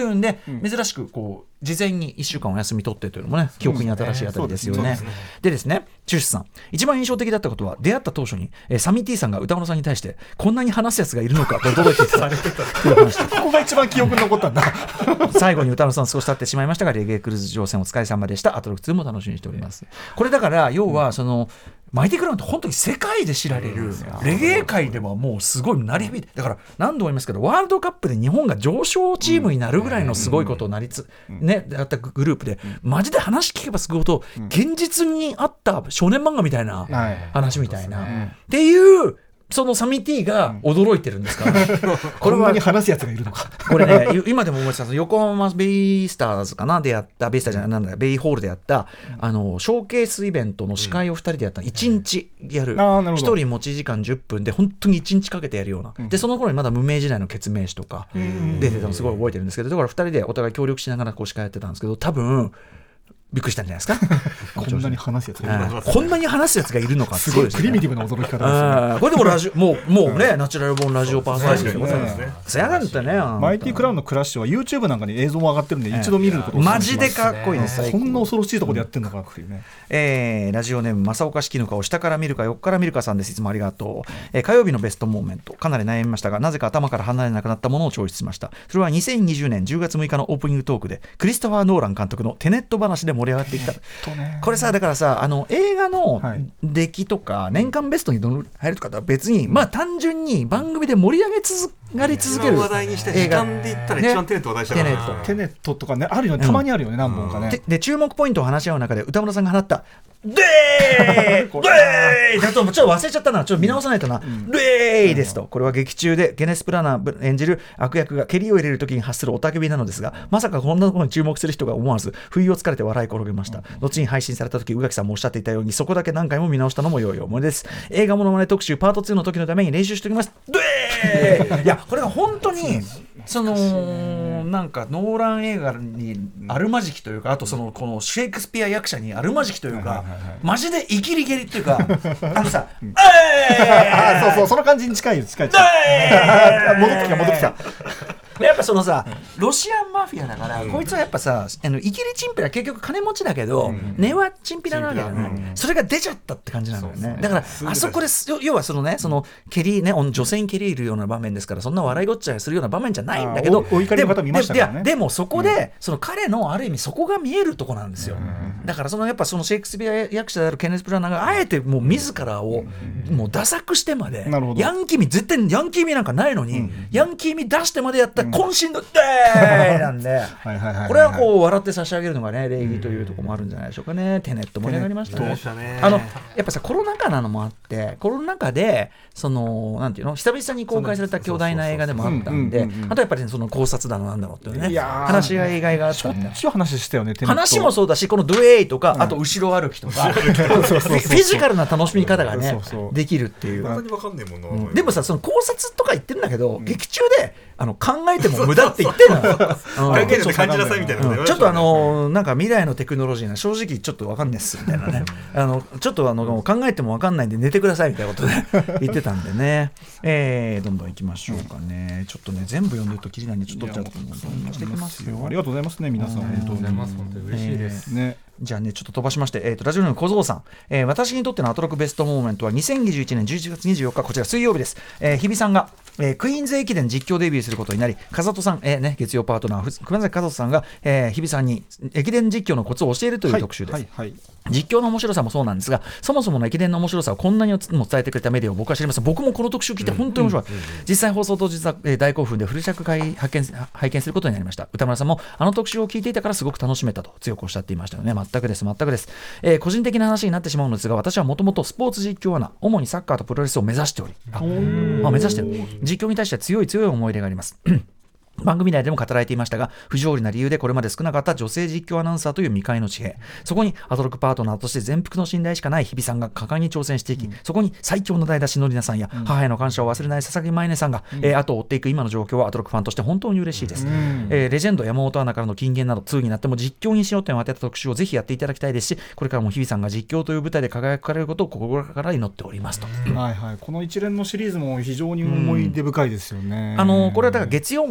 Speaker 1: 珍しくこう事前にいっしゅうかんお休み取ってというのもね記憶に新しいあたりですよね。でですね、チュシュさん一番印象的だったことは出会った当初に、えー、サミー T さんが歌丸さんに対してこんなに話すやつがいるのかと驚いていたという話
Speaker 2: ここが一番記憶に残ったんだ
Speaker 1: 最後に歌丸さん少し経ってしまいましたがレゲエクルーズ乗船お疲れ様でした。アトロックツーも楽しみにしております。これだから要はその、うんマイティクラウンって本当に世界で知られるレゲエ界ではもうすごい鳴り響いてだから何度も言いますけどワールドカップで日本が上昇チームになるぐらいのすごいことをなりつ、ね、やったグループでマジで話聞けばすぐほど現実にあった少年漫画みたいな話みたいなっていうそのサミー T が驚いてるんですから、うん、
Speaker 2: これはに話すやつがいるのか
Speaker 1: これね今でも思い出した横浜ベイスターズかなでやったベイスターじゃないなんだベイホールでやった、うん、あのショーケースイベントの司会をふたりでやったいちにちやる、うん、ひとり持ち時間じゅっぷんで本当にいちにちかけてやるような、うん、でその頃にまだ無名時代のケツメイシとか出てたのすごい覚えてるんですけどだからふたりでお互い協力しながらこう司会やってたんですけど多分びっくりしたんじゃないですか
Speaker 2: こんなに話すやつがいるのか
Speaker 1: こんなに話すやつがいるのか
Speaker 2: すごいプリミティブな驚き方ですね。
Speaker 1: これでもラジオもうもうねナチュラルボーンラジオパーソナリティですね。そやなんてね
Speaker 2: マイティクラウンのクラッシュは YouTube なんかに映像も上がってるんで一度見ること
Speaker 1: マジでかっこいいです。
Speaker 2: こんな恐ろしいところでやってるのかっていうね。
Speaker 1: えー、ラジオネーム正岡式の顔下から見るか横から見るかさんです。いつもありがとう、えー、火曜日のベストモーメントかなり悩みましたがなぜか頭から離れなくなったものを抽出しました。それはにせんにじゅうねんじゅうがつむいかのオープニングトークでクリストファー・ノーラン監督のテネット話で盛り上がってきたこれさだからさあの映画の出来とか年間ベストにどの入るとかとは別に、まあ単純に番組で盛り上げ続がり続ける
Speaker 3: 話題にして時間で言ったら一番テネット話題したから、ね、
Speaker 2: テネットテネットとかねあるよねたまにあるよね、うん、何本かね
Speaker 1: で, で注目ポイントを話し合う中で歌村さんが放ったでーでーちょっと忘れちゃったなちょっと見直さないとな、うん、でーですとこれは劇中でケネス・プラナー演じる悪役が蹴りを入れる時に発する雄たけびなのですがまさかこんなところに注目する人が思わず不意をつかれて笑い転げました、うん、後に配信された時宇垣さんもおっしゃっていたようにそこだけ何回も見直したのも良い思いです。映画ものまね特集パートツーの時のために練習しておきますでーいやこれが本当にそのなんかノーラン映画にあるまじきというかあとそのこのシェイクスピア役者にあるまじきというかマジでイキリゲリっていうかあのさ
Speaker 2: えーそうそうその感じに近いよ近い近い戻ってきた戻ってきた
Speaker 1: やっぱそのさロシアンマフィアだから、うん、こいつはやっぱさあのイキリチンピラ結局金持ちだけど、うん、根はチンピラなわけだよね、うん、それが出ちゃったって感じなんだよね。だからあそこで要はそのねその蹴りね女性に蹴り入れるような場面ですからそんな笑いごっちゃするような場面じゃないんだけど
Speaker 2: お怒りの方見ましたからね。
Speaker 1: で, で, でもそこで、うん、その彼のある意味そこが見えるとこなんですよ、うん、だからそのやっぱそのシェイクスピア役者であるケネス・プラナーがあえてもう自らを、うん、もうダサくしてまでヤンキー味絶対ヤンキー味なんかないのに、うん、ヤンキー味出してまでやった渾身の、うんなんでこれはこう笑って差し上げるのがね礼儀というところもあるんじゃないでしょうかね。テネット盛り上がりましたね。あのやっぱさコロナ禍なのもあってコロナ禍でそのなんていうの久々に公開された巨大な映画でもあったんであとやっぱりその考察だのなんだろうっていうね話し合いがいがあったんで
Speaker 2: しょっちゅう話したよね。
Speaker 1: 話もそうだしこのドゥエイとか、うん、あと後ろ歩きとかフィジカルな楽しみ方がねそうそうできるっていう
Speaker 3: 本当に分かんないもの、うん、
Speaker 1: でもさその考察とか言ってるんだけど、うん、劇中であの考えても無駄って言ってるのよ
Speaker 3: 考えて感じなさいみたいな、
Speaker 1: うん、ちょっとあのなんか未来のテクノロジーな正直ちょっと分かんないっすみたいなねあのちょっとあの考えても分かんないんで寝てくださいみたいなことで言ってたんでね、えー、どんどんいきましょうかね。ちょっとね全部読んでるときりないんでちょっと取っちゃうと思うんでしてきますよ。
Speaker 2: ありがとうございますね皆さん。
Speaker 4: ありがとうございます。本当に嬉しいです、
Speaker 2: えーね
Speaker 1: じゃあねちょっと飛ばしまして、えー、とラジオネーム小僧さん、えー、私にとってのアトロックベストモーメントはにせんにじゅういちねんじゅういちがつにじゅうよっかこちら水曜日です。えー、日比さんが、えー、クイーンズ駅伝実況デビューすることになり風戸さん、えーね、月曜パートナー熊崎和人さんが、えー、日比さんに駅伝実況のコツを教えるという特集です、はいはいはい、実況の面白さもそうなんですがそもそもの駅伝の面白さをこんなにも伝えてくれたメディアを僕は知りません。僕もこの特集聞いて本当に面白い、うんうんうんうん、実際放送当日は、えー、大興奮でフル尺会拝見、拝見することになりました。歌村さんもあの特集を聞いていたからすごく楽しめたと強くおっしゃっていましたよね。全くです全くです。えー、個人的な話になってしまうのですが私はもともとスポーツ実況アナ主にサッカーとプロレスを目指しておりあ、まあ、目指してる実況に対しては強い強い思い入れがあります番組内でも語られていましたが不条理な理由でこれまで少なかった女性実況アナウンサーという未開の地平そこにアトロックパートナーとして全幅の信頼しかない日比さんが果敢に挑戦していき、うん、そこに最強の代打しのりなさんや、うん、母への感謝を忘れない佐々木舞音さんが、うんえー、後を追っていく今の状況はアトロックファンとして本当に嬉しいです、うんえー、レジェンド山本アナからの金言など通になっても実況に焦点を当てた特集をぜひやっていただきたいですしこれからも日比さんが実況という舞台で輝かれることを心から祈っておりますと、
Speaker 2: はいはい、この一連のシリーズも非常に思い出深いですよね、
Speaker 1: うん、あのこれはだから月曜も含めて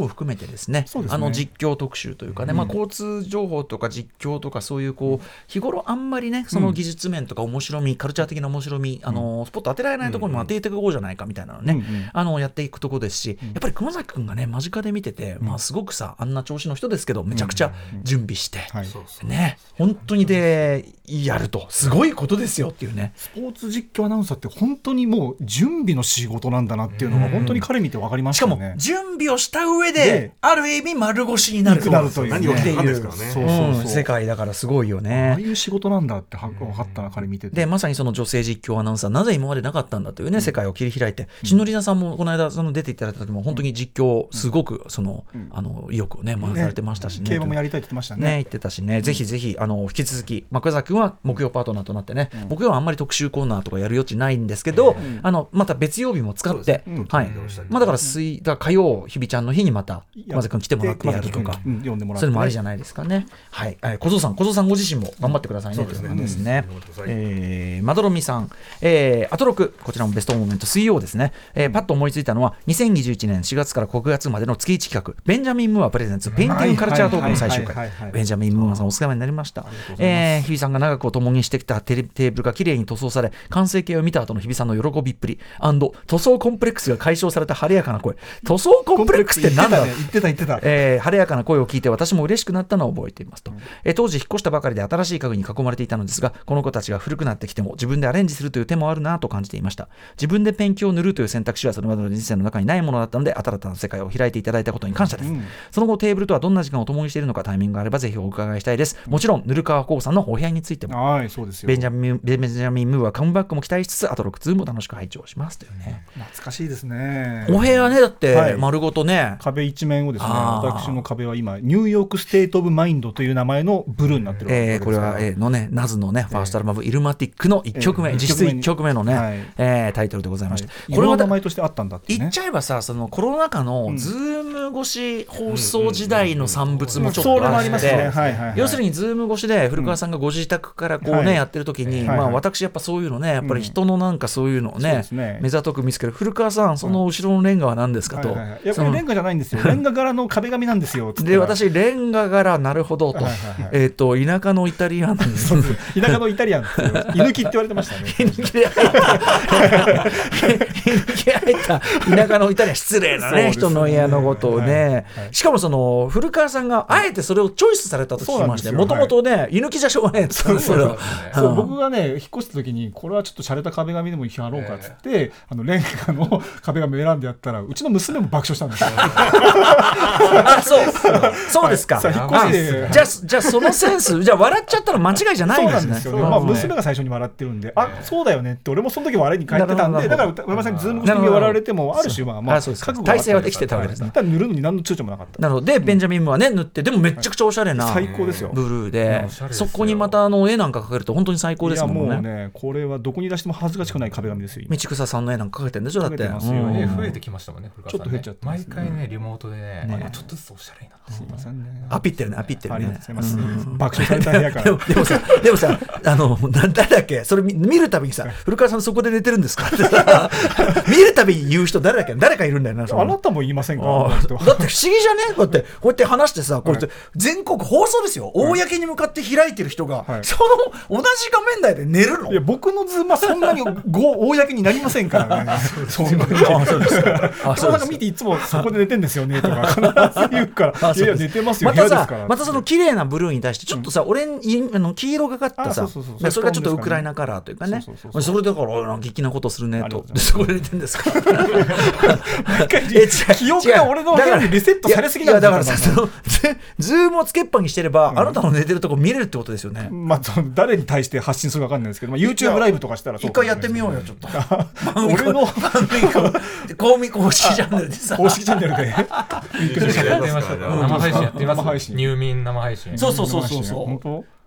Speaker 1: てですね、
Speaker 2: そうですね
Speaker 1: あの実況特集というかね、まあ、交通情報とか実況とかそういうこう日頃あんまりねその技術面とか面白み、カルチャー的な面白み、あのスポット当てられないところにも当てていこうじゃないかみたいなのね、
Speaker 2: うんうん
Speaker 1: あのやっていくところですし、やっぱり熊崎君がね間近で見てて、まあ、すごくさあんな調子の人ですけどめちゃくちゃ準備して、
Speaker 2: はい、
Speaker 1: ね本当にでやるとすごいことですよっていうね。
Speaker 2: スポーツ実況アナウンサーって本当にもう準備の仕事なんだなっていうのが本当に彼見て分かりまし
Speaker 1: したか
Speaker 2: よね。
Speaker 1: も準備をした上で
Speaker 2: で
Speaker 1: ある意味丸腰になると
Speaker 2: なるというね
Speaker 3: 何を聞くかですからね。
Speaker 2: そうそうそう
Speaker 1: うん世界だからすごいよ
Speaker 2: あ
Speaker 1: ね
Speaker 2: あいう仕事なんだっては分かったな彼見てて。
Speaker 1: でまさにその女性実況アナウンサーなぜ今までなかったんだというね、世界を切り開いて、しのりなさんもこの間その出ていただいた時も本当に実況すごくその、あの意欲をね回されてましたしね、
Speaker 2: 競馬もやりたいって言ってましたね。
Speaker 1: ね言ってたしね、ぜひぜひあの引き続き熊崎君は木曜パートナーとなってね、木曜はあんまり特集コーナーとかやる余地ないんですけど、あのまた別曜日も使って、はい、まあだから水だから火曜日比ちゃんの日にまた熊崎君来てもらってやるとか、
Speaker 2: うん呼んでもらって
Speaker 1: それもありじゃないですかね。はい、えー小僧さん小僧さんご自身も頑張ってくださいね、ということですね。えーまどろみさん、えー、アトロクこちらもベストモーメント水曜ですね、えー、パッと思いついたのはにせんにじゅういちねんしがつからくがつまでの月いち企画ベンジャミン・ムーアプレゼンツペインティングカルチャートークの最終回、ベンジャミン・ムーアさんお疲れになりました。えー、日比さんが長くお共にしてきたテレテーブルが綺麗に塗装され完成形を見た後の日比さんの喜びっぷり塗装コンプレックスが解消された晴れやかな声。塗装コンプレックスって何だろう。
Speaker 2: 言ってた言ってた、
Speaker 1: えー、晴れやかな声を聞いて私も嬉しくなったのを覚えていますと、えー、当時引っ越したばかりで新しい家具に囲まれていたのですが、この子たちが古くなってきても自分でアレンジするという手もあるなと感じていました。自分でペンキを塗るという選択肢はそれまでの人生の中にないものだったので、新たな世界を開いていただいたことに感謝です、うん、その後テーブルとはどんな時間を共にしているのかタイミングがあればぜひお伺いしたいです。もちろんぬるかわこうさんのお部屋についても、
Speaker 2: はいそうですよ。
Speaker 1: ベンジャミンベンジャミンムーはカムバックも期待しつつあとろく通も楽しく拝聴しますというね。
Speaker 2: 懐かしいですね。
Speaker 1: お部屋ねだって、
Speaker 2: はい
Speaker 1: 丸ごとね
Speaker 2: 壁一面をですね、
Speaker 1: あー
Speaker 2: 私の壁は今ニューヨークステートオブマインドという名前のブルーになってるわけ
Speaker 1: えー、
Speaker 2: ですから、
Speaker 1: これは、えー、のねナズのねファーストアルバム、イルマティックのいっきょくめ、
Speaker 2: えー
Speaker 1: 実質いっきょくめのね、
Speaker 2: はい
Speaker 1: えータイトルでございました、
Speaker 2: はい、
Speaker 1: これは
Speaker 2: これの名前としてあったんだってね。
Speaker 1: 言っちゃえばさそのコロナ禍のズーム越し放送時代の産物もちょっと
Speaker 2: それも
Speaker 1: あっ
Speaker 2: ありますね、
Speaker 1: て、
Speaker 2: はいはいはい、
Speaker 1: 要するにズーム越しで古川さんがご自宅からこうね、
Speaker 2: はい
Speaker 1: やってる時に、
Speaker 2: はい
Speaker 1: まあ私やっぱそういうのねやっぱり人のなんかそういうのを
Speaker 2: そう
Speaker 1: ね,、
Speaker 2: ですね
Speaker 1: 目ざとく見つける。古川さんその後ろのレンガは何ですかと、
Speaker 2: はいはいはい、いやこ
Speaker 1: その
Speaker 2: れレンガじゃないんですよレンガ柄の壁紙なんですよつったら
Speaker 1: で私レンガ柄なるほどと、
Speaker 2: はいはいはい
Speaker 1: えっ、と田舎のイタリアン
Speaker 2: 田舎のイタリアンっていう居抜きって言われてましたね。
Speaker 1: 居抜きで入った居抜きで入った田舎のイタリアン失礼なね
Speaker 2: そうですね
Speaker 1: 人の家のことをね、
Speaker 2: はいはい
Speaker 1: しかもその古川さんがあえてそれをチョイスされたと聞きまして、もともとね居抜きじゃしょうがないんですよねそれは。
Speaker 2: そう
Speaker 1: うん
Speaker 2: 僕がね引っ越した時にこれはちょっと洒落た壁紙でもやろうかっつって、あのレンガの壁紙を選んでやったらうちの娘も爆笑したんですよ。
Speaker 1: あそうそうですか、
Speaker 2: さあ引っ越して
Speaker 1: あじゃあじゃあそのセンスじゃあ笑っちゃったら間違いじゃないんですね。
Speaker 2: そうなんですよ、まあ、娘が最初に笑ってるんで、あそうだよねって俺もその時笑いに帰ってたんで、だから上山さんにズーム越しに笑われてもある種まあまあ
Speaker 1: そうです
Speaker 2: 覚悟があった
Speaker 1: 体制はできてたわけですね。
Speaker 2: ただ塗るのに何の躊躇もなかった。
Speaker 1: なのでベンジャミンムはね塗ってでもめっちゃくちゃおしゃれな
Speaker 2: 最高ですよ。
Speaker 1: ブルーで、
Speaker 4: おしゃれですよ
Speaker 1: そこにまたあの絵なんか描けると本当に最高ですもんね。
Speaker 2: いやもうねこれはどこに出しても恥ずかしくない壁紙ですよ今。
Speaker 1: 道草さんの絵なんか描けてるんでしょだって。
Speaker 2: 描けてますよ
Speaker 1: うん
Speaker 4: ね増えてきましたもんね古川さんね。
Speaker 2: ちょっと増えちゃってます
Speaker 4: 毎回ねリモートでね
Speaker 1: ね
Speaker 4: あちょっとずつおしゃれになって
Speaker 2: すいませんね。
Speaker 1: アピってるねアピってる
Speaker 2: ありが
Speaker 1: ね。
Speaker 2: とうございます。
Speaker 1: うん
Speaker 2: 爆笑された部屋から
Speaker 1: でも。でもさでもさあのな誰だっけそれ見見るたびにさ古川さんそこで寝てるんですかってさ見るたびに言う人誰だっけ誰かいるんだよなその
Speaker 2: あなたも言いませんか。
Speaker 1: ああだって不思議じゃねこうやってこうやって話してさこうやって全国放送ですよ、公に向かって開いてる人が、
Speaker 2: はい
Speaker 1: その同じ画面内で寝るの。
Speaker 2: いや僕のズームはそんなにご公になりませんからね。そんなに。
Speaker 1: あそうですかあそうですか
Speaker 2: なんか見ていつもそこで寝てんですよねとか必ず言うから
Speaker 1: あ
Speaker 2: いやいや寝てますよ
Speaker 1: またさ
Speaker 2: 部屋ですから
Speaker 1: またその綺麗なブルーに対してちょっとさ、オレンジあの黄色がかったさ
Speaker 2: あそうそうそう
Speaker 1: でそれがちょっとウクライナカラーというかね
Speaker 2: そうそうそう
Speaker 1: それだからあ激なことするねと
Speaker 2: ありがとうございます
Speaker 1: でそこで寝てるんですか
Speaker 2: 記憶が俺の部屋にリセットされすぎなん
Speaker 1: いやだ
Speaker 2: ですよ
Speaker 1: からさそのズズームをつけっぱにしてれば、あなたの寝てるとこ見れるってことですよね。
Speaker 2: まあ、その誰に対して発信するか分かんないですけど、まあ、YouTube ライブとかしたらそう
Speaker 1: 一回やってみようよちょっと
Speaker 2: 俺の
Speaker 1: 番組公民公式チャンネルでさ
Speaker 2: 公式チャンネルで
Speaker 4: やってみましょうか生配信やってみます
Speaker 2: 生配信
Speaker 4: 入眠生配信
Speaker 1: そうそうそうそうそう
Speaker 2: 本当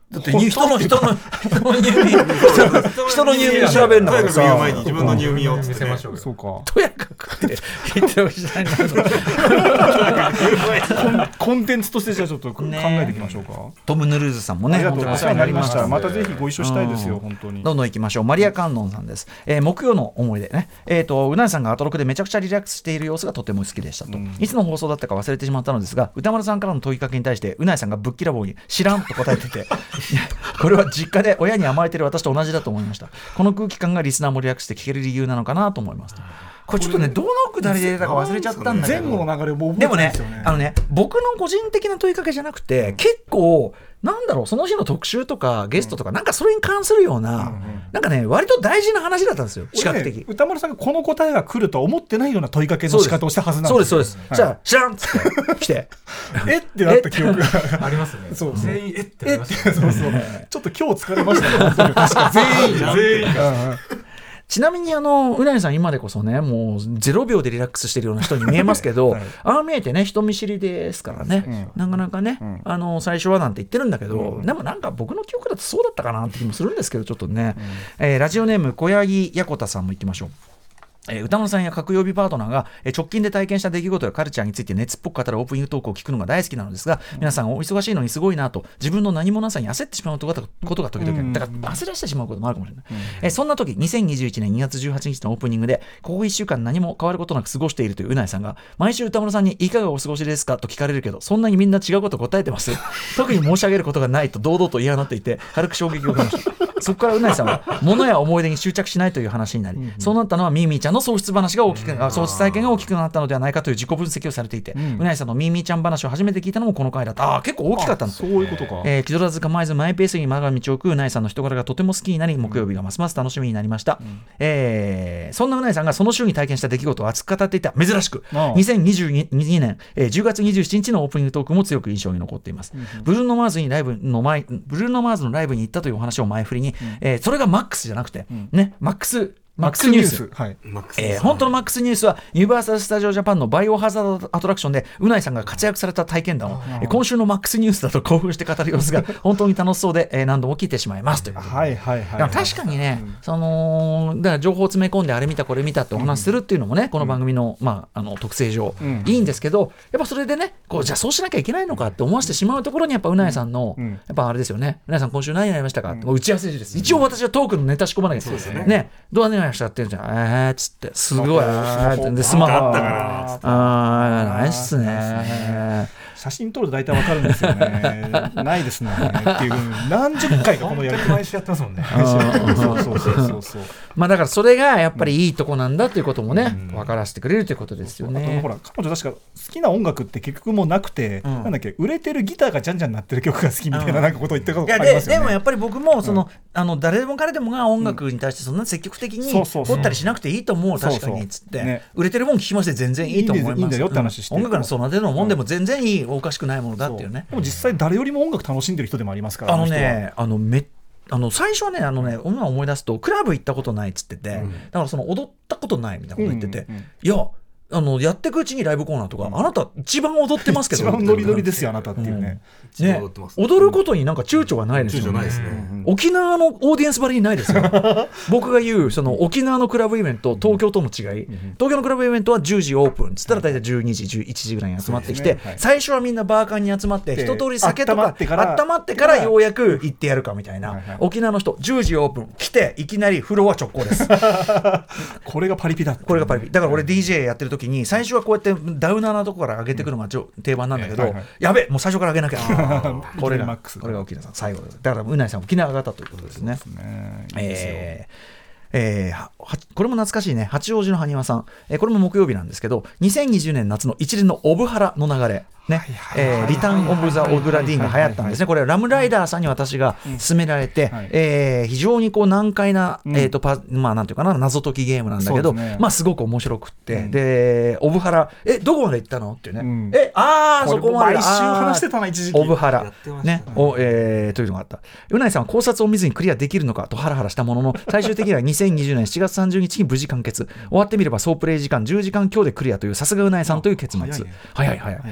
Speaker 1: だって人の人の人の入眠人の入眠調べるんだからさ、
Speaker 3: とやかく言う前に自分の入眠を
Speaker 4: 見せましょうよ。
Speaker 2: そうか
Speaker 1: とやかくって言ってるわけじゃないんだけど
Speaker 2: コンコンテンツとしてじゃあちょっと考えていきましょうか。
Speaker 1: トム・ヌルーズさんもね
Speaker 2: ありがとうお世話になりました。
Speaker 1: 本
Speaker 2: またぜひご一緒したいですよ、
Speaker 1: うん
Speaker 2: 本当に。
Speaker 1: どんどん行きましょう。マリア・カンノンさんです、えー、木曜の思い出ね、えー、とうなえさんがアトロクでめちゃくちゃリラックスしている様子がとても好きでしたと、うん、いつの放送だったか忘れてしまったのですが、歌丸さんからの問いかけに対してうなえさんがぶっきらぼうに知らんと答えててこれは実家で親に甘えてる私と同じだと思いました。この空気感がリスナーもリラックスして聞ける理由なのかなと思います。これちょっとねどのくだりでたか忘れちゃったんだけど、
Speaker 2: 前後の流れも覚
Speaker 1: でもね
Speaker 2: えてないですよね。
Speaker 1: あのね僕の個人的な問いかけじゃなくて、結構なんだろう、その日の特集とかゲストとか、なんかそれに関するような、うんうん、なんかね割と大事な話だったんですよ、視覚的、
Speaker 2: ね、歌丸さんがこの答えが来るとは思ってないような問いかけの仕方をしたはずなんです。
Speaker 1: そうですそうです、はい、じゃあ知らんっつって来て
Speaker 2: えってなった記憶が
Speaker 4: ありますね。
Speaker 2: そう
Speaker 4: 全員えってなりましたね。
Speaker 2: そうそうちょっと今日疲れましたね本当に確か全員全員
Speaker 1: ちなみにあのうなえさん今でこそねもうゼロびょうでリラックスしてるような人に見えますけど、はい、ああ見えてね人見知りですからね、うん、なかなかね、うん、あの最初はなんて言ってるんだけど、うん、でもなんか僕の記憶だとそうだったかなって気もするんですけどちょっとね、うんえー、ラジオネーム小柳やこたさんも行きましょう。えー、歌丸さんや各曜日パートナーが、えー、直近で体験した出来事やカルチャーについて熱っぽく語るオープニングトークを聞くのが大好きなのですが、うん、皆さんお忙しいのにすごいなと自分の何もなさに焦ってしまうことが時々、うん、だから焦らせてしまうこともあるかもしれない、うんえー、そんな時にせんにじゅういちねんにがつじゅうはちにちのオープニングでここいっしゅうかん何も変わることなく過ごしているといううなえさんが毎週歌丸さんにいかがお過ごしですかと聞かれるけどそんなにみんな違うこと答えてます特に申し上げることがないと堂々と嫌がっていて軽く衝撃を受けましたそこからうなえさんは物や思い出に執着しないという話になり、うんうん、そうなったのはミーミーちゃんの喪失話が大きく、うん、喪失体験が大きくなったのではないかという自己分析をされていて、うん、うなえさんのミーミーちゃん話を初めて聞いたのもこの回だった。あ結構大きかったんです。
Speaker 2: そういうことか、
Speaker 1: えー、気取らず構えずマイペースに我が道を行くうなえさんの人柄がとても好きになり木曜日がますます楽しみになりました、うんえー、そんなうなえさんがその週に体験した出来事を熱く語っていた珍しくにせんにじゅうにねん、えー、じゅうがつにじゅうしちにちのオープニングトークも強く印象に残っています、うん、ブルーノマーズにライブの前ブルーノマーズのライブに行ったというお話を前振りに、うんえー、それがマックスじゃなくて、うん、ねマックスマックスニュース、はいえー、本当のマックスニュースはユニバーサル・スタジオ・ジャパンのバイオハザード・アトラクションでうないさんが活躍された体験談を、えー、今週のマックスニュースだと興奮して語る様子が本当に楽しそうで、えー、何度も聞いてしまいますということで、はいはいはいはい、確かにね、うん、そのだから情報を詰め込んであれ見たこれ見たってお話するっていうのもね、うん、この番組の、まあ、あの特性上、うん、いいんですけどやっぱそれでねこうじゃあそうしなきゃいけないのかって思わせてしまうところにやっぱうないさんの、うん、やっぱあれですよねうないさん今週何やりましたか、うん、打ち合わせです一応私はトークのネタ仕込まなきゃいけないですよね、ねどうやりましたって言うんじゃんえーっつってすごいでスマホあったからあーナイスね
Speaker 2: 写真撮ると大体わかるんですよねないですねっていう何十回かこのやり
Speaker 4: 毎週やってますもんね
Speaker 2: そうそうそうそうそう
Speaker 1: まあだからそれがやっぱりいいとこなんだということもね、うん、分からせてくれるということですよね。
Speaker 2: あとほら彼女確か好きな音楽って結局もうなくて、うん、なんだっけ売れてるギターがじゃんじゃん鳴ってる曲が好きみたいな、うん、なんかことを言ったことありますよね。
Speaker 1: で, でもやっぱり僕もその、うん、あの誰でも彼でもが音楽に対してそんな積極的に掘ったりしなくていいと思う、確かにっつって、ね、売れてるもん聞きまして全然いいと思います。いいんだよって話して、うん、音楽のその手のもんでも全然いい、うん、おかしくないものだっていうね。
Speaker 2: でも実際誰よりも音楽楽しんでる人でもありますから、
Speaker 1: あのねあのめあの最初はねあのね今思い出すとクラブ行ったことないっつってて、うん、だからその踊ったことないみたいなこと言ってて、うんうんうん、いやあのやっていくうちにライブコーナーとか、うん、あなた一番踊ってますけど
Speaker 2: 一番ノリノリですよあなたっていうね、
Speaker 1: うん、ね踊ることになんか躊躇がないですよね、
Speaker 3: ないですね、
Speaker 1: うん、沖縄のオーディエンスばりにないですよ僕が言うその沖縄のクラブイベント東京との違い、うん、東京のクラブイベントはじゅうじオープンっつったら大体じゅうにじじゅういちじぐらいに集まってきて、ねはい、最初はみんなバーカンに集まって一通り酒とか温まってから温まってからようやく行ってやるかみたいな、はいはい、沖縄の人じゅうじオープン来ていきなりフロア直行です
Speaker 2: これがパリピだ
Speaker 1: これがパリピだから俺 ディージェー やってる時に最初はこうやってダウナーなとこから上げてくるのが定番なんだけど、えーはいはい、やべもう最初から上げなきゃこれがこれが沖縄さん最後ですだからうないさん沖縄型ということですね。えーえー、これも懐かしいね八王子の埴輪さん、えー、これも木曜日なんですけどにせんにじゅうねん夏の一連のオブハラの流れね、えー、リターン・オブ・ザ・オブ・ラディーンが流行ったんですね。これラムライダーさんに私が勧められて、うんはいえー、非常にこう難解な、うんえーとパまあ、なんていうかな謎解きゲームなんだけど、ねまあ、すごく面白くって、うん、でオブハラえどこまで行ったのっていうね、うん、えあーそこまで
Speaker 2: 毎週話してたな一時期
Speaker 1: オブハラ、ねおえー、というのがあったうないさんは考察を見ずにクリアできるのかとハラハラしたものの最終的にはにせんにじゅうねんしちがつさんじゅうにちに無事完結終わってみれば総プレイ時間じゅうじかん強でクリアというさすがうないさんという結末早い早い、はいえー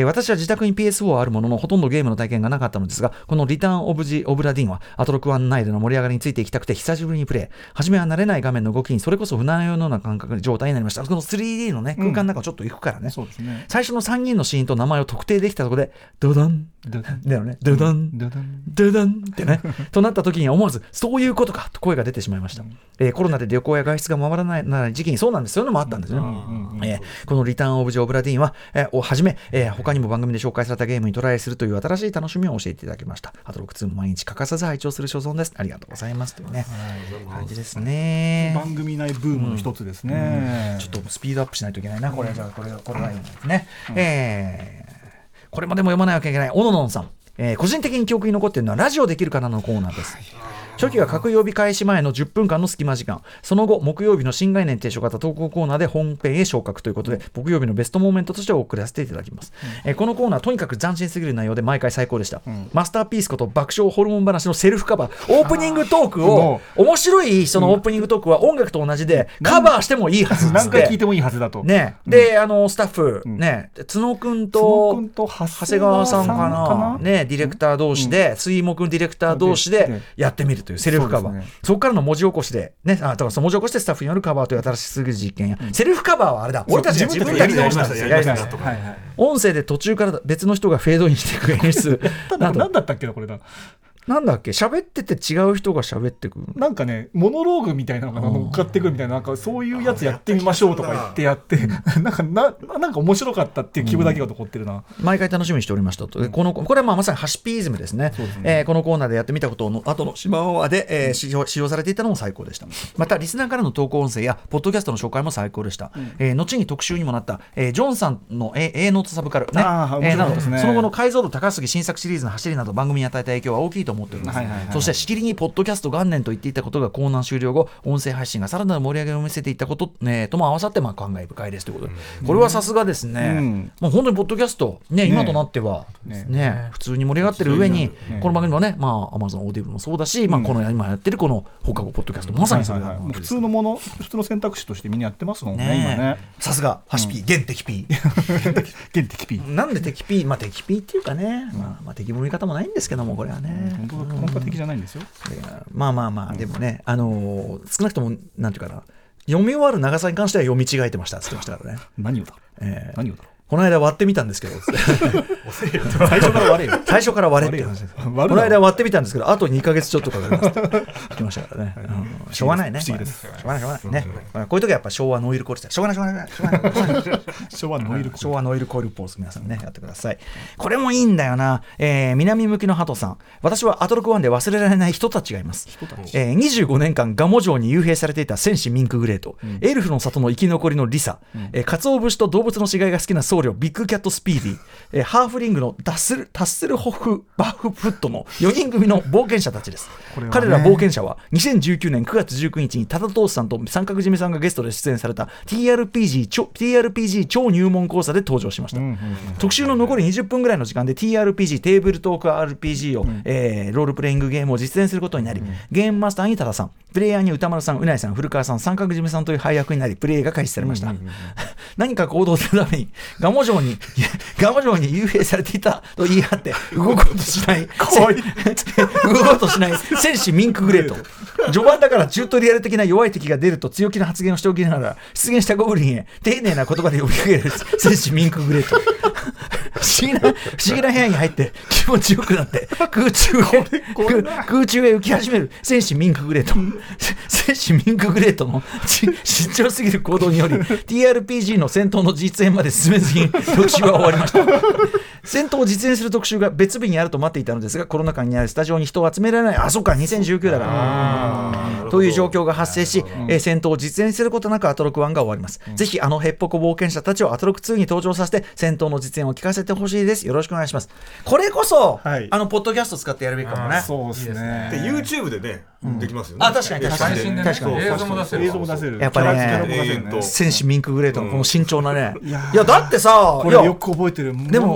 Speaker 1: 私は自宅に ピーエスフォー はあるもののほとんどゲームの体験がなかったのですが、このリターンオブジオブラディンはアトロクワン内での盛り上がりについていきたくて久しぶりにプレイ。初めは慣れない画面の動きにそれこそ船のような感覚状態になりました。この スリーディー のね空間の中をちょっと行くからね、うん、
Speaker 2: そうですね。
Speaker 1: 最初のさんにんのシーンと名前を特定できたところでドダンだよね、ドダンドダンドダンってねとなった時には思わずそういうことかと声が出てしまいました、うんえー、コロナで旅行や外出が回らないない時期にそうなんです、そういうのもあったんですよね、うんうんえー、このリターンオブジオブラディンは、えー、をはじめ、えー、他にも番組で紹介されたゲームにトライするという新しい楽しみを教えていただきました。アトロクツーも毎日欠かさず拝聴する所存です。ありがとうございますというね、はい、感じですね。
Speaker 2: 番組内ブームの一つですね、
Speaker 1: うんうん、ちょっとスピードアップしないといけないなこれ。じゃあこれこれがいいんですね、うんえー、これもでも読まないわけいけない。おののんさん、えー、個人的に記憶に残っているのはラジオできるかなのコーナーです。初期は各曜日開始前のじゅっぷんかんの隙間時間、その後木曜日の新概念提唱型投稿コーナーで本編へ昇格ということで、木曜日のベストモーメントとして送らせていただきます、うんえー、このコーナーとにかく斬新すぎる内容で毎回最高でした、うん、マスターピースこと爆笑ホルモン話のセルフカバー、オープニングトークを面白いそのオープニングトークは音楽と同じでカバーしてもいいはずです。
Speaker 2: 何回聞いてもいいはずだと、
Speaker 1: ねうん、であのスタッフ、うんね、角くんと長谷川さんかな、ね、ディレクター同士で、うん、水木ディレクター同士でやってみるというセルフカバー、そこからの文字起こしで、ね、あだからその文字起こしでスタッフによるカバーという新しすぎる実験や、うん、セルフカバーはあれだ、俺たちが自分たちでやりましたやりました、はいはい、音声で途中から別の人がフェードインしていく演出
Speaker 2: なんだったっけなこれだ
Speaker 1: なんだっけ、喋ってて違う人が喋ってくる、
Speaker 2: なんかねモノローグみたいなのが乗っかってくるみたいな、なんかそういうやつやってみましょうとか言ってやってなんかななんか面白かったっていう気分だけが残ってるな、うん、
Speaker 1: 毎回楽しみにしておりましたと、うん、このこれはまあまさにハシピーズムですね。そうですね、えー、このコーナーでやってみたことの後の島話で、えー、使用、使用されていたのも最高でした。またリスナーからの投稿音声やポッドキャストの紹介も最高でした、うんえー、後に特集にもなった、えー、ジョンさんの A, A ノートサブカル、ね
Speaker 2: あ面白いですね、
Speaker 1: その後の解像度高すぎ新作シリーズの走りなど番組に与えた影響は大きいと思っております、はいはいはいはい、そしてしきりにポッドキャスト元年と言っていたことがコーナー終了後音声配信がさらなる盛り上げを見せていったこと、ね、とも合わさってまあ感慨深いですということで、うん、これはさすがですね、うん、もう本当にポッドキャスト、ね、今となっては、ねねね、普通に盛り上がってる上に、ね、この番組はね、まあ、Amazon オーディブルもそうだし、うんまあ、この今やってるこの放課後ポッドキャスト、まさにそれ、はいはいはい、
Speaker 2: 普通のもの普通の選択肢としてみんなやってますもんね、ね今ね。
Speaker 1: さすがハシピー、現敵 P
Speaker 2: 現敵 P
Speaker 1: なんで敵 P、まあ、敵 P っていうかね、まあまあ、敵も味方もないんですけどもこれはね、
Speaker 2: うん、本当本当は敵じゃないんですよ。
Speaker 1: まあまあまあ、うん、でもね、あのー、少なくともなんていうかな、読み終わる長さに関しては読み違えてましたって言ってましたからね。
Speaker 2: 何をだ、えー、何をだ
Speaker 1: この間割ってみたんですけど
Speaker 2: 最初から割れよ
Speaker 1: 最初から割れって話です。この間割ってみたんですけどあとにかげつちょっとかかりますって聞きましたからね、うん、しょうがないね、
Speaker 2: 不思議です、
Speaker 1: しょうがないしょうがないね、うん、こういう時はやっぱ昭和ノイルコールしてしょうがないしょうがないしょうがない
Speaker 2: 昭和ノイルコール
Speaker 1: 昭和ノイルコールポーズ皆さんねやってください。これもいいんだよな、えー、南向きのハトさん、私はアトロクワンで忘れられない人たちがいます。えー、にじゅうごねんかんガモ城に幽閉されていた戦士ミンクグレート、うん、エルフの里の生き残りのリサ、うんえー、鰹節と動物の死骸が好きな僧侶ビッグキャットスピーディー、えー、ハーフリングのダッスルタッセルホフバフフットのよにん組の冒険者たちです。ね、彼ら冒険者はにせんじゅうきゅうねんくがつじゅうくにちにタタトースさんと三角締めさんがゲストで出演された ティーアールピージー 超, ティーアールピージー 超入門講座で登場しました、うんうんうん、特集の残りにじゅっぷんぐらいの時間で ティーアールピージー テーブルトーク アールピージー を、うんえー、ロールプレイングゲームを実演することになり、うん、ゲームマスターに多田さん、プレイヤーに歌丸さん、うないさん、古川さん、三角締めさんという配役になりプレイが開始されました、うんうんうんうん、何か行動するためにガモ城にガモ城に幽閉されていたと言い張って動こうとしない動こうとしない戦士ミンクグレート、序盤だからチュートリアル的な弱い敵が出ると強気な発言をしておきながら出現したゴブリンへ丁寧な言葉で呼びかける戦士ミンクグレート不思議な不思議な部屋に入って気持ちよくなって空中へ空中へ浮き始める戦士ミンクグレート戦士ミンクグレートの慎重すぎる行動により ティーアールピージー の戦闘の実演まで進めずに特集は終わりました。戦闘を実演する特集が別日にあると待っていたのですがコロナ禍にあるスタジオに人を集められない、あそっかにせんじゅうきゅうだからという状況が発生し、えー、戦闘を実演することなくアトロクワンが終わります、うん、ぜひあのヘッポコ冒険者たちをアトロクツーに登場させて戦闘の実演を聞かせてほしいです。よろしくお願いします。これこそ、はい、あのポッドキャスト使ってやるべきかもね。
Speaker 2: そうですね。
Speaker 3: で YouTube でね、うん、できますよね。
Speaker 1: あ確かに確かに
Speaker 4: 確かに確かに映像も出せる。映像も出せる。
Speaker 1: やっぱりね戦士ミンクグレートのこの慎重なね、うん、いやだってさ
Speaker 2: これよく覚えてる。
Speaker 1: でも
Speaker 2: ものすごい入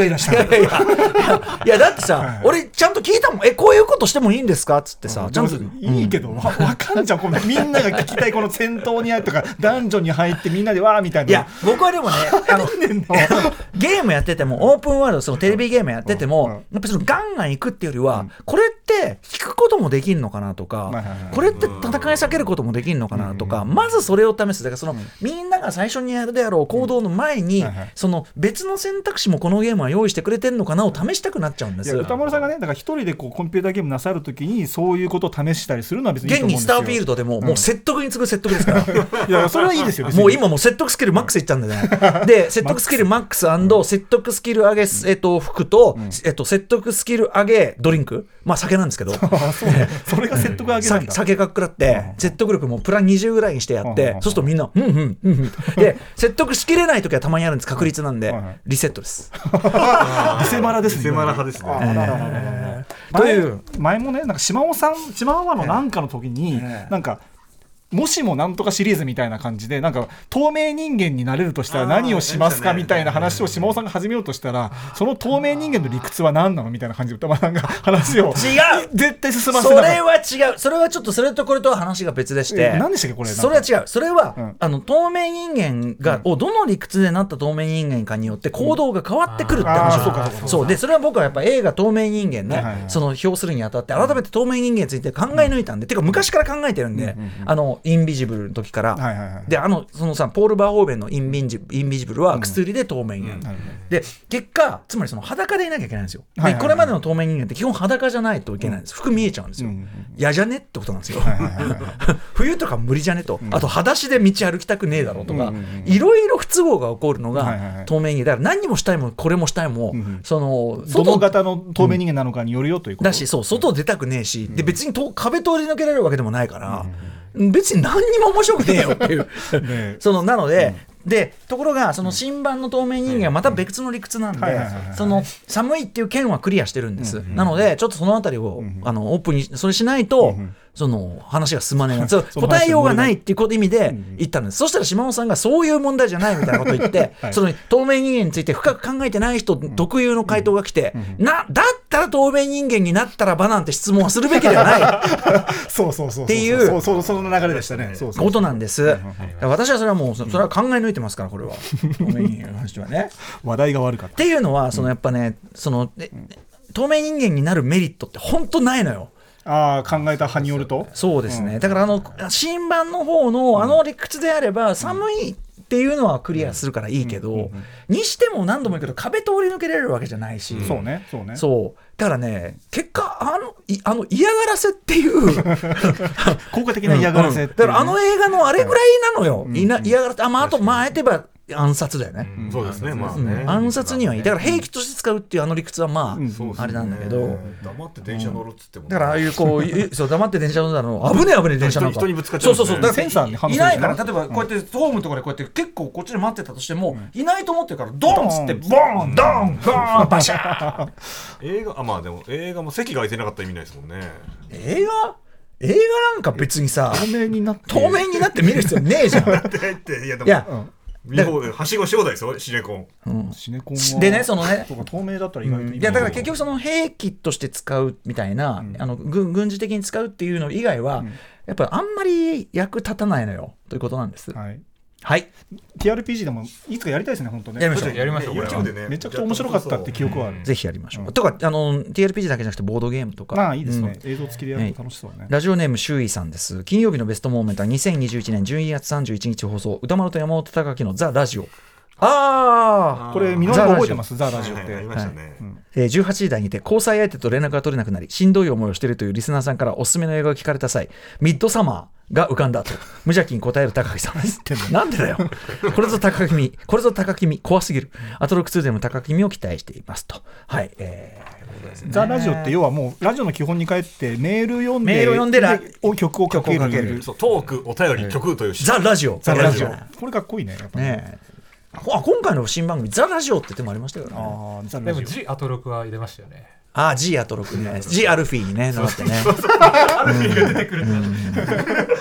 Speaker 2: ライラした
Speaker 1: いやいやいやいやだってさ、はい、俺ちゃんと聞いたもん、えこういうことしてもいいんですかっつってさ、ちゃんと
Speaker 2: いいけど、うん、わかんじゃんこのみんなが聞きたいこの戦闘にあるとかダンジョンに入ってみんなでわーみたいな。
Speaker 1: いや僕はでもねあのゲームやっててもオープンワールドそのテレビゲームやってても、うん、やっぱそのガンガン行くっていうよりは、うん、これって引くこともできるのかなとか、うん、これって戦い避けることもできるのかなとか、うん、まずそれを試す。だからその、うん、みんなが最初にやるであろう行動の前に、うん、その別の選択肢もこのゲームは用意してくれてるのかなを試したくなっちゃうんです。
Speaker 2: 歌丸さんがねだから一人でこうコンピューターゲームなさるときにそういうことを試したりするのは別にいいと思うんですよ。
Speaker 1: 現にスターフィールドでも、うん、もう説得に次ぐ説得ですから
Speaker 2: いやそれはいいですよ
Speaker 1: もう今もう説得スキルマックスいっちゃうんだよねで説得スキルマックス&説得スキル上げ、えっと、服と、うんえっと、説得スキル上げドリンク、まあ酒なんですけど
Speaker 2: そうそれが説得上げなんだ
Speaker 1: 酒がっくらって説得力もプランにじゅうぐらいにしてやってそうするとみんなうんうんうんうんで説得しきれないときはたまにあるんです。確率なんでリセットです
Speaker 2: リセマラですね。
Speaker 3: リセマラ派ですね、
Speaker 2: えー、という前もねなんか島尾さん島尾のなんかの時に、えー、なんかもしもなんとかシリーズみたいな感じでなんか透明人間になれるとしたら何をしますかみたいな話を島尾さんが始めようとしたらその透明人間の理屈は何なのみたいな感じで歌丸さんが話を
Speaker 1: 違う
Speaker 2: 絶対進ませなかった。そ
Speaker 1: れは違うそれはちょっとそれとこれとは話が別でして、
Speaker 2: え何でしたっけこれ
Speaker 1: それは違うそれは、うん、あの透明人間が、うん、をどの理屈でなった透明人間かによって行動が変わってくるって話、うん、そうかそうでそれは僕はやっぱ映画透明人間ね、はいはいはい、その表するにあたって改めて透明人間について考え抜いたんで、うん、てか昔から考えてるんで、うんうんうん、あのインビジブルの時から、はいはいはい、であのそのさポール・バーホーベンのインビンジインビジブルは薬で透明人間、うんうんはいはい、で結果つまりその裸でいなきゃいけないんですよ、はいはいはい、でこれまでの透明人間って基本裸じゃないといけないんです。服見えちゃうんですよ、うんうん、嫌じゃねってことなんですよ、はいはいはい、冬とか無理じゃねと、うん、あと裸足で道歩きたくねえだろうとか、いろいろ不都合が起こるのが透明人間だから何にもしたいもこれもしたいも、うんうん、その
Speaker 2: どの型の透明人間なのかによるよということ、
Speaker 1: うん、だしそう外出たくねえし、うん、で別にと壁通り抜けられるわけでもないから、うん、別に何にも面白くねえよっていうね、そのなので、うん、でところがその新版の透明人間はまた別の理屈なんで、その寒いっていう件はクリアしてるんです、うんうん、なのでちょっとそのあたりを、うん、あのオープンにそれしないと、うん、その話が進まないな答えようがないっていう意味で言ったんです、うん、そしたら島尾さんがそういう問題じゃないみたいなことを言って、はい、その透明人間について深く考えてない人特有の回答が来て、うんうん、なだったら透明人間になったらばなんて質問はするべきではない
Speaker 2: そうそうそう
Speaker 1: っていう
Speaker 2: そうそうその流れでしたね。そうそう
Speaker 1: ことなんです。私はそれはもうそれは考え抜いてますからこれは透明人間の話はね
Speaker 2: 話題が悪かった
Speaker 1: っていうのはそのやっぱねその透明人間になるメリットって本当ないのよ。
Speaker 2: あ考えた派によると
Speaker 1: そうですね、うん、だからあの新版の方のあの理屈であれば寒いっていうのはクリアするからいいけど、うんうんうん、にしても何度も言うけど壁通り抜けられるわけじゃないし、
Speaker 2: うん、そうねそうね
Speaker 1: そうだからね結果あのあの嫌がらせっていう
Speaker 2: 効果的な嫌がらせって、
Speaker 1: ねうんうん、だからあの映画のあれぐらいなのよ、うんうん、いな嫌がらせあ、まあ、あとまああえてば暗殺だよね、
Speaker 3: うん、そうですね、まあね、
Speaker 1: 暗殺にはいいだから兵器として使うっていうあの理屈はまあ、うん、あれなんだけど、
Speaker 3: ね、黙って電車乗るっつっても、
Speaker 1: ね、だからああいうこうそう黙って電車乗るの危ねえ危ねえ電車なんか
Speaker 3: 人にぶつかっちゃう、ね、
Speaker 1: そうそうそうだから
Speaker 2: センサーに反応する
Speaker 1: いないから例えばこうやってホームとかでこうやって結構こっちで待ってたとしても、うん、いないと思ってるからドーンっつってボーンドーンドーンバシャー
Speaker 3: 映画あまあでも映画も席が空いてなかったら意味ないですもんね。
Speaker 1: 映画映画なんか別にさ
Speaker 2: 透明になって
Speaker 1: 透明になって見る必要ねえじゃん
Speaker 3: いやでもいや、うんはしごし放題ですよシネコン、
Speaker 2: うん、シネコンは
Speaker 1: でねそのね
Speaker 2: そうか透明だったら意外といい、
Speaker 1: うん、いやだから結局その兵器として使うみたいな、うん、あの軍軍事的に使うっていうの以外は、うん、やっぱりあんまり役立たないのよということなんです。
Speaker 2: はい
Speaker 1: はい、
Speaker 2: ティーアールピージー でもいつかやりたいですね本当ね。
Speaker 1: やりましょう
Speaker 3: やりましょう、ね、
Speaker 2: YouTube でねめちゃくちゃ面白かったって記憶はある、
Speaker 1: ぜひやりましょう、うん、とかあの ティーアールピージー だけじゃなくてボードゲームとか
Speaker 2: まあいいですね、うん、映像付きでやると楽しそうね。
Speaker 1: ラジオネーム周囲さんです。金曜日のベストモーメントはにせんにじゅういちねんじゅうにがつさんじゅういちにち放送歌丸と山本貴明のザ・ラジオ。あ
Speaker 2: あこれみのり覚えてますザ・ラジオって、
Speaker 3: はいはい、ありましたね、
Speaker 1: はいえー、じゅうはちじ台にて交際相手と連絡が取れなくなりしんどい思いをしているというリスナーさんからおすすめの映画を聞かれた際ミッドサマーが浮かんだと無邪気に答える高木さんですなんでだよこれぞ高君これぞ高君怖すぎるアトロックツーでも高君を期待していますと。はい、えーね、
Speaker 2: ザ・ラジオって要はもうラジオの基本に帰ってメール読んで
Speaker 1: メール読んでら
Speaker 2: 曲をかける、
Speaker 3: けるそうトークお便り曲という
Speaker 1: ザ・ラジオ
Speaker 2: ザ・ラジオこれかっこいいねやっぱ
Speaker 1: ねあ今回の新番組ザ・ラジオって手もありましたよね。
Speaker 2: あザ
Speaker 4: でも G アトロクは入れましたよね。
Speaker 1: ああ G アトロクね G アルフィーにねなってね
Speaker 3: アルフィーが出てくる、
Speaker 1: うんうん、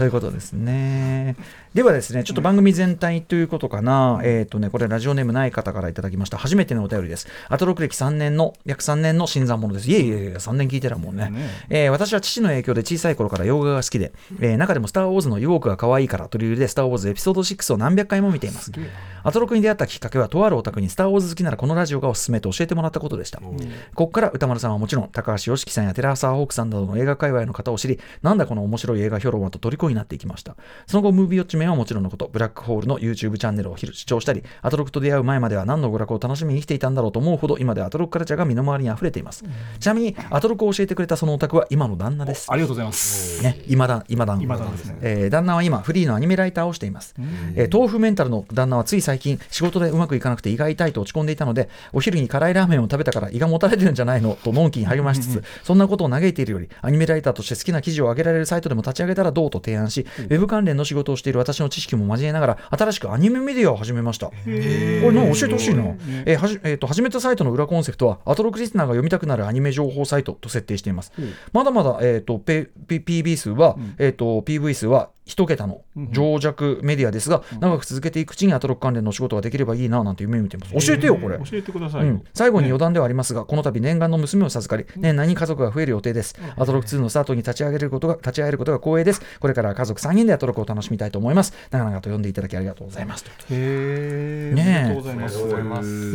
Speaker 1: ということですね。ではですね、ちょっと番組全体ということかな、うん、えっ、ー、とね、これラジオネームない方からいただきました初めてのお便りです。アトロク歴さんねんの約さんねんの新参者です。いえいえいえ、さんねん聞いてらもんね、ねえー、私は父の影響で小さい頃から洋画が好きで、えー、中でもスターウォーズのユーォークが可愛いからという理由でスターウォーズエピソードシックスを何百回も見ています。アトロクに出会ったきっかけはとあるオタクにスターウォーズ好きならこのラジオがおすすめと教えてもらったことでした。ここから歌丸さんはもちろん高橋良樹さんやテラサーホークさんなどの映画界隈の方を知り、なんだこの面白い映画評論はと虜になっていきました。その後ムービーウォッチ面はもちろんのこと、ブラックホールの YouTube チャンネルを視聴したり、アトロクと出会う前までは何の娯楽を楽しみに生きていたんだろうと思うほど今ではアトロクカルチャーが身の回りに溢れています。ちなみにアトロクを教えてくれたそのオタクは今の旦那です。
Speaker 2: ありがとうございます、
Speaker 1: ね、今だ今だ
Speaker 2: 今だですね、
Speaker 1: えー、旦那は今フリーのアニメライターをしています。えー、豆腐メンタルの旦那はつい最近仕事でうまくいかなくて胃が痛いと落ち込んでいたので、お昼に辛いラーメンを食べたから胃がもたれてるんじゃないのとのんきに励ましつつ、そんなことを嘆いているよりアニメライターとして好きな記事を上げられるサイトでも立ち上げたらどうと提案し、ウェブ関連の仕事をしている私の知識も交えながら新しくアニメメディアを始めました。これ何教えてほしいな。えーはじえー、と始めたサイトの裏コンセプトはアトロクリスナーが読みたくなるアニメ情報サイトと設定しています。まだまだ、えー、と ピービー 数は、えー、と ピーブイ 数は一桁の情弱メディアですが、長く続けていくうちにアトロック関連の仕事ができればいいななんて夢見ています。教えてよこれ。
Speaker 2: 教えてくださいよ、
Speaker 1: うん、最後に余談ではありますが、ね、この度念願の娘を授かり、年内に家族が増える予定です。アトロックツーのスタートに立ち上げることが立ち会えることが光栄です。これから家族さんにんでアトロックを楽しみたいと思います。長々と読んでいただきありがとうございます。
Speaker 2: へー、
Speaker 1: ね、
Speaker 2: ありがとうございます。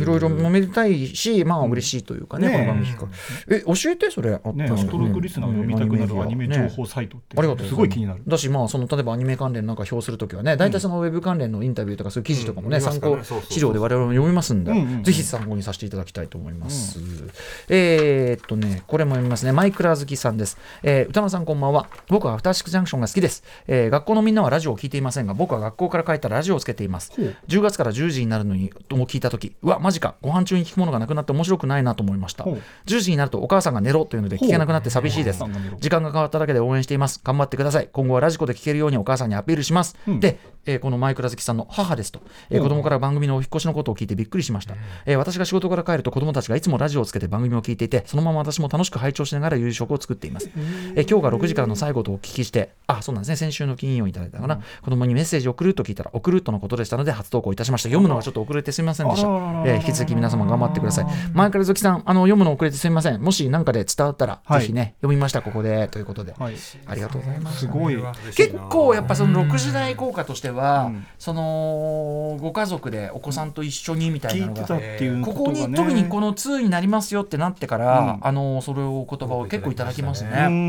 Speaker 1: いろいろめでたいし、まあ嬉しいというかね、
Speaker 2: ね
Speaker 1: この番組企画。え教えてそれ。ね、
Speaker 2: アトロックリスナーが読みたくなるアニメ情報サイトって、
Speaker 1: ね、ありがとう
Speaker 2: すごい気になる。
Speaker 1: だし、まあその例えばアニメ関連なんか表するときはね、大体そのウェブ関連のインタビューとかそういう記事とかもね、うん、参考資料で我々も読みますんで、うんうんうん、ぜひ参考にさせていただきたいと思います。うん、えー、っとね、これも読みますね。マイクラ好きさんです。えー、歌野さんこんばんは。僕はアフターシックスジャンクションが好きです。えー、学校のみんなはラジオを聞いていませんが、僕は学校から帰ったらラジオをつけています。じゅうがつからじゅうじになるのにとも聞いたとき、うわマジか、ご飯中に聞くものがなくなって面白くないなと思いました。じゅうじになるとお母さんが寝ろというので聞けなくなって寂しいです。時間が変わっただけで応援しています。頑張ってください。今後はラジコで聞けるようにお母さんにアピールします。うん、で、えー、このマイクラ好きさんの母ですと、えー、子供から番組のお引っ越しのことを聞いてびっくりしました。えー、私が仕事から帰ると子供たちがいつもラジオをつけて番組を聞いていて、そのまま私も楽しく拝聴しながら夕食を作っています。えー、今日がろくじからの最後とお聞きして、あ、そうなんですね、先週の金曜いただいたかな、うん、子供にメッセージを送ると聞いたら送るとのことでしたので初投稿いたしました。読むのがちょっと遅れてすみませんでした。えー、引き続き皆様頑張ってください。マイクラ好きさん、あの読むの遅れてすみません。もし何かで伝わったら、はい、ぜひね読みましたここでということで、はい、ありがとうございます。
Speaker 2: すごい
Speaker 1: 結構やっぱそのろくじ台効果としては、うん、そのご家族でお子さんと一緒にみたいなのが、
Speaker 2: 聞いてたっていうことがね、
Speaker 1: ここに特にこのにになりますよってなってから、うん、あのそれをお言葉を結構いただきますね。うん、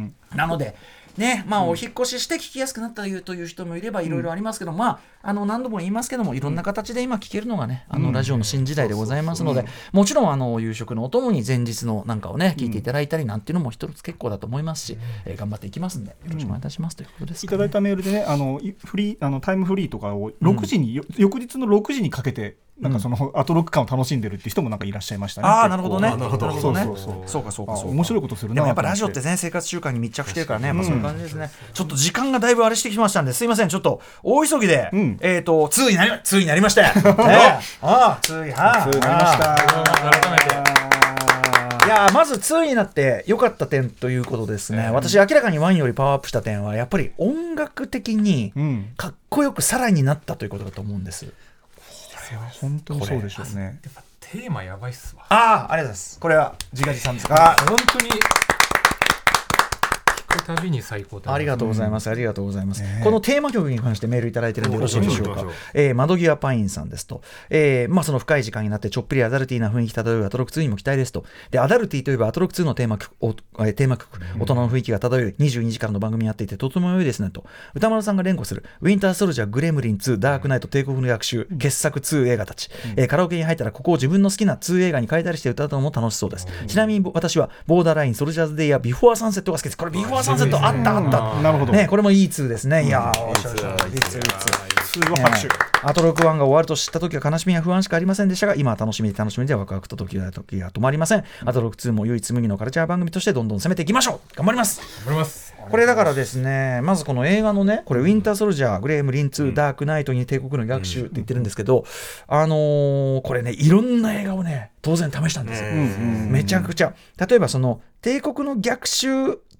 Speaker 1: なのでね、まあ、お引っ越しして聞きやすくなったという人もいればいろいろありますけど、うん、まあ、あの何度も言いますけどもいろんな形で今聞けるのがね、あのラジオの新時代でございますので、もちろんあの夕食のお供に前日のなんかをね聞いていただいたりなんていうのも一つ結構だと思いますし、えー、頑張っていきますんでよろしくお願いいたしますということですかね。
Speaker 2: いただいたメールでね、あのフリーあのタイムフリーとかをろくじに、うん、翌日のろくじにかけてなんかそのアトロック感を楽しんでるって人もなんかいらっしゃいましたね。
Speaker 1: ああ、なるほどね。なる
Speaker 2: ほどね。
Speaker 1: そうそうそう。そうかそうかそうか。
Speaker 2: 面白いことするな。
Speaker 1: でもやっぱラジオってね、生活習慣に密着してるからね、まあそういう感じですね。ちょっと時間がだいぶあれしてきましたんで、すいません、ちょっと大急ぎで、えっとにになりまになりました。ああ、にには
Speaker 2: になりました。
Speaker 1: 改めて。いやまずにになって良かった点ということですね。私明らかにワンよりパワーアップした点はやっぱり音楽的にかっこよくさらになったということだと思うんです。
Speaker 2: 本当にそうでしょうね。
Speaker 4: やっぱテーマやばいっすわ。
Speaker 1: ああ、ありがとうございます。これは自画自賛ですか。
Speaker 4: 本当に聞くたびに最高だ。
Speaker 1: ありがとうございます。ありがとうございます。ね、このテーマ曲に関してメールいただいてるんでよろしいでしょうか。えー、窓際パインさんですと、えー、まあその深い時間になってちょっぴりアダルティーな雰囲気漂うアトロックツーにも期待ですと。で、アダルティーといえばアトロックツーのテーマ曲、おテーマ曲、大人の雰囲気が漂うにじゅうにじからの番組になっていてとても良いですねと。歌丸さんが連呼するウィンターソルジャー、グレムリンツー、ダークナイト、帝国の逆襲、傑作ツー映画たち、うん、えー、カラオケに入ったらここを自分の好きなツー映画に変えたりして歌うのも楽しそうです。うん、ちなみに私はボーダーライン、ソルジャーズデイやビフォーサンセットが好きです。これビフォーサンセットあったあった。
Speaker 2: なるほど
Speaker 1: ね、これもいいツーですね。いやー、
Speaker 2: いいツー、いいツー、ツーは拍手。
Speaker 1: アトロックワンが終わると知った時は悲しみや不安しかありませんでしたが、今は楽しみで楽しみでワクワクと時が時が止まりません。アトロックツーも唯一無二のカルチャー番組としてどんどん攻めていきましょう。頑張ります。
Speaker 4: 頑張ります。
Speaker 1: これだからですね、まずこの映画のね、これウィンターソルジャー、グレームリンツー、ダークナイトに帝国の逆襲って言ってるんですけど、あのー、これね、いろんな映画をね当然試したんですよ。めちゃくちゃ。例えばその帝国の逆襲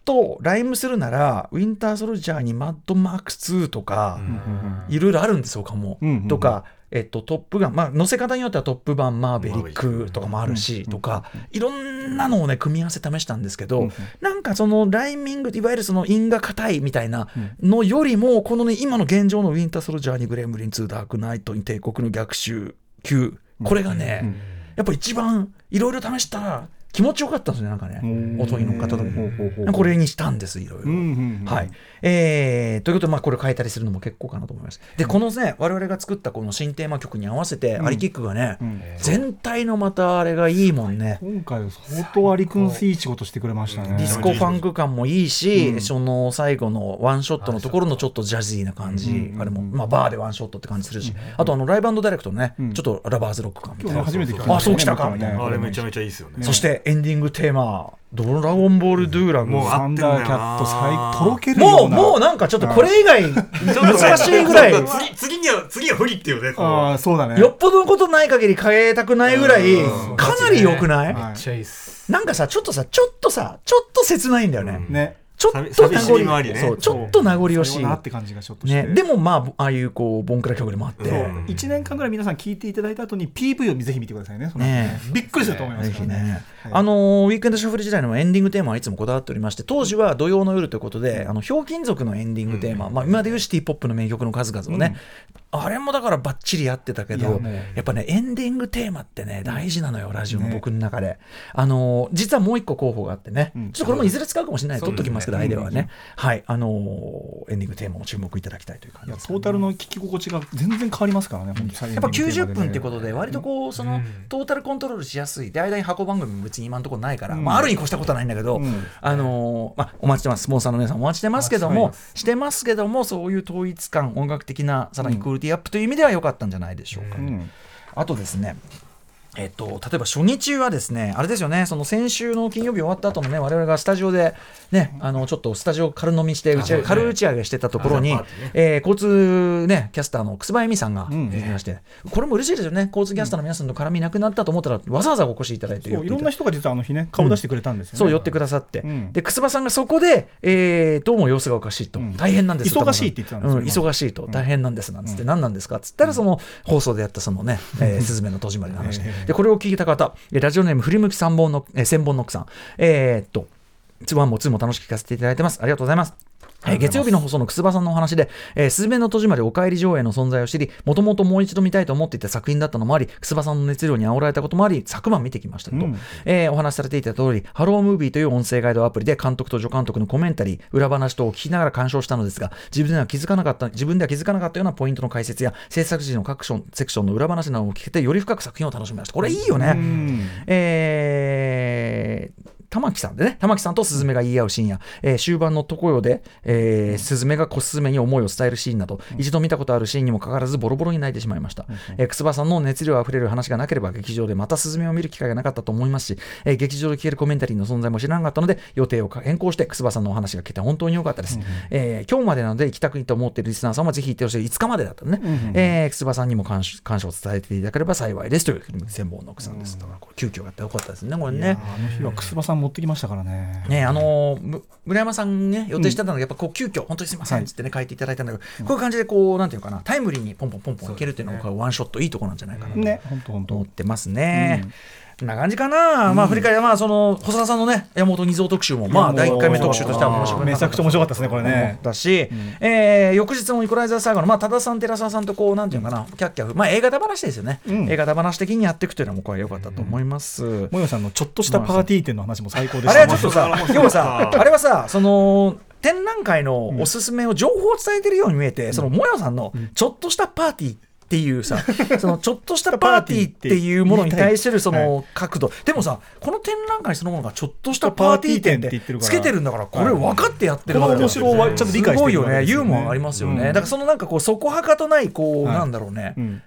Speaker 1: とライムするならウィンターソルジャーにマッドマックスツーとかいろいろあるんですよかも、うんうんうん、とかえっと、トップガン、まあ、載せ方によってはトップガンマーベリックとかもあるし、とか、いろんなのをね、組み合わせ試したんですけど、なんかそのライミング、いわゆるその因が硬いみたいなのよりも、このね、今の現状のウィンターソルジャーにグレムリンツー、ダークナイトに帝国の逆襲級、これがね、やっぱ一番いろいろ試したら、気持ちよかったんですね、なんかね、音に乗っかった時に。これにしたんです、いろいろ。はい。えー、ということで、まあ、これ変えたりするのも結構かなと思います。で、このね、我々が作ったこの新テーマ曲に合わせて、アリキックがね、全体のまたあれがいいもんね。
Speaker 2: 今回は相当アリ君いい仕事してくれましたね。
Speaker 1: ディスコファンク感もいいし、その最後のワンショットのところのちょっとジャジーな感じ、あれも、まあ、バーでワンショットって感じするし、あとあのライブ&ダイレクトのね、ちょっとラバーズロック感みたいな。
Speaker 2: 初めて聞いた。
Speaker 1: あ、そう来たかみたいな。
Speaker 3: あれめちゃめちゃいいですよね。
Speaker 1: そしてエンディングテーマ、ドラゴンボールドゥーラム、
Speaker 2: サンダーキャット、最とろけるような。
Speaker 1: もう、もうなんかちょっとこれ以外難しいぐらい。
Speaker 3: 次、次には、次は不利っていうね。
Speaker 2: ああ、そうだね。
Speaker 1: よっぽどのことない限り変えたくないぐらい、かなり良くない？
Speaker 4: めっちゃいいっす。
Speaker 1: なんかさ、ちょっとさ、ちょっとさ、ちょっと切ないんだよね。
Speaker 2: ね。
Speaker 1: ちょっと名残惜しい、そう、ちょっと名残惜しい。
Speaker 2: って感じがちょっとして、
Speaker 1: ね、でもまあああいうこうボンクラ曲でもあって、
Speaker 2: いちねんかんぐらい皆さん聴いていただいた後に ピーブイ をぜひ見てくださいね。ね、びっくりすると思いますからね。ね、はい、あ
Speaker 1: のウィークエンドシャッフル時代のエンディングテーマはいつもこだわっておりまして、当時は土曜の夜ということで、うん、あのひょうきん族のエンディングテーマ、うん、まあ、今でいうシティポップの名曲の数々をね、うん、あれもだからバッチリやってたけど、や, やっぱねエンディングテーマってね大事なのよ、ラジオの僕の中で、ね、あの実はもう一個候補があってね、うん、ちょっとこれもいずれ使うかもしれない、取っときますけど、アイデアはね、はい、あのー、エンディングテーマを注目いただきたいという感じです、ね、
Speaker 2: トータルの聞き心地が全然変わりますからね、
Speaker 1: うん、やっぱきゅうじゅっぷんってことで割とこうそのトータルコントロールしやすいで、間に箱番組も別に今のところないから、うん、まあ、あるに越したことはないんだけど、うん、あのーまあ、お待ちしてます、スポンサーの皆さんお待ちしてますけども、してますけども、そういう統一感、音楽的なさらにクオリティアップという意味では良かったんじゃないでしょうか、うん、あとですね、えっと、例えば初日はですね、あれですよね、その先週の金曜日終わった後のね、我々がスタジオでね、あのちょっとスタジオ軽飲みして打ち上げ、軽打ち上げしてたところに、ねえー、交通ねキャスターの楠葉恵美さんが出てまして、うん、これも嬉しいですよね、交通キャスターの皆さんの絡みなくなったと思ったら、わざわざお越しいただいて、
Speaker 2: そういろんな人が実はあの日ね顔出してくれたんですよね、うん、
Speaker 1: そう寄ってくださって、うん、で楠葉さんがそこで、えー、どうも様子がおかしいと、うん、大変なんですと、
Speaker 2: 忙しいって言ってたんですよ、
Speaker 1: うん、忙しいと、大変なんですなんつって、うん、何なんですかっつったら、その放送でやったそのね、えー、スズメの戸締まりの話で、でこれを聞いた方、ラジオネーム振り向き三本の、えー、千本ノックさん、えー、っといちもにも楽しく聞かせていただいてます。ありがとうございます。えー、月曜日の放送の楠葉さんのお話で、えー、すずめの戸締まりおかえり上映の存在を知り、もともともう一度見たいと思っていた作品だったのもあり、楠葉さんの熱量に煽られたこともあり、昨晩見てきましたと、うん、えー、お話しされていた通り、ハロームービーという音声ガイドアプリで監督と助監督のコメンタリー、裏話等を聞きながら鑑賞したのですが、自分では気づかなかった自分では気づかなかったようなポイントの解説や制作時の各セクションの裏話などを聞けて、より深く作品を楽しみました。これいいよね。うん、えー玉木さんでね、玉木さんとスズメが言い合うシーンや、えー、終盤の常世で、えー、スズメが小スズメに思いを伝えるシーンなど、うん、一度見たことあるシーンにもかかわらずボロボロに泣いてしまいました。うんえー、楠葉さんの熱量あふれる話がなければ劇場でまたスズメを見る機会がなかったと思いますし、えー、劇場で聞けるコメンタリーの存在も知らなかったので、予定を変更して楠葉さんのお話が聞けて本当に良かったです。うんえー、今日までなので行きたくいと思っているリスナーさんはぜひ行ってほしい。いつかまでだったのね、うんえー、楠葉さんにも感謝を伝えていただければ幸いですという千本の奥さんです。だからこれ急遽やってよかったですね、これね。
Speaker 2: あの日は楠葉さん持ってきましたからね。
Speaker 1: ね、あのー、村山さんね予定してたのがやっぱこう急遽本当にすみませんっつってね書いていただいたんだけど、うん、こういう感じでこうなんていうかな、タイムリーにポンポンポンポンいけるっていうのがワンショットいいところなんじゃないかなと思ってますね。うんこんな感じかな、うん、まあ振り返りはまあその細田さんのね山本二蔵特集もまあだいいっかいめ特集としては面白かった、
Speaker 2: めちゃくちゃ面白かったですねこれね。
Speaker 1: だし、うん、えー、翌日のイコライザー最後のまあ多田さん寺澤さんとこうなんていうかな、うん、キャッキャフまあ映画だ話ですよね、うん、映画だ話的にやっていくというのもこれ良かったと思います。も
Speaker 2: よさんのちょっとしたパーティー店の話も最高でした、
Speaker 1: ね、あれはちょっとさ要はさあれはさその展覧会のおすすめを情報を伝えてるように見えて、うん、そのもよさんのちょっとしたパーティーっていうさそのちょっとしたパーティーっていうものに対するその角度でもさ、この展覧会そのものがちょっとしたパーティー店ってつけてるんだから、これ分かってやってるわけだよ。
Speaker 2: この面白をちゃんと理解してる
Speaker 1: すごいよね、ユーモアありますよね、うん、だからそのなんかこうそこはかとないこう、はい、なんだろうね、うん、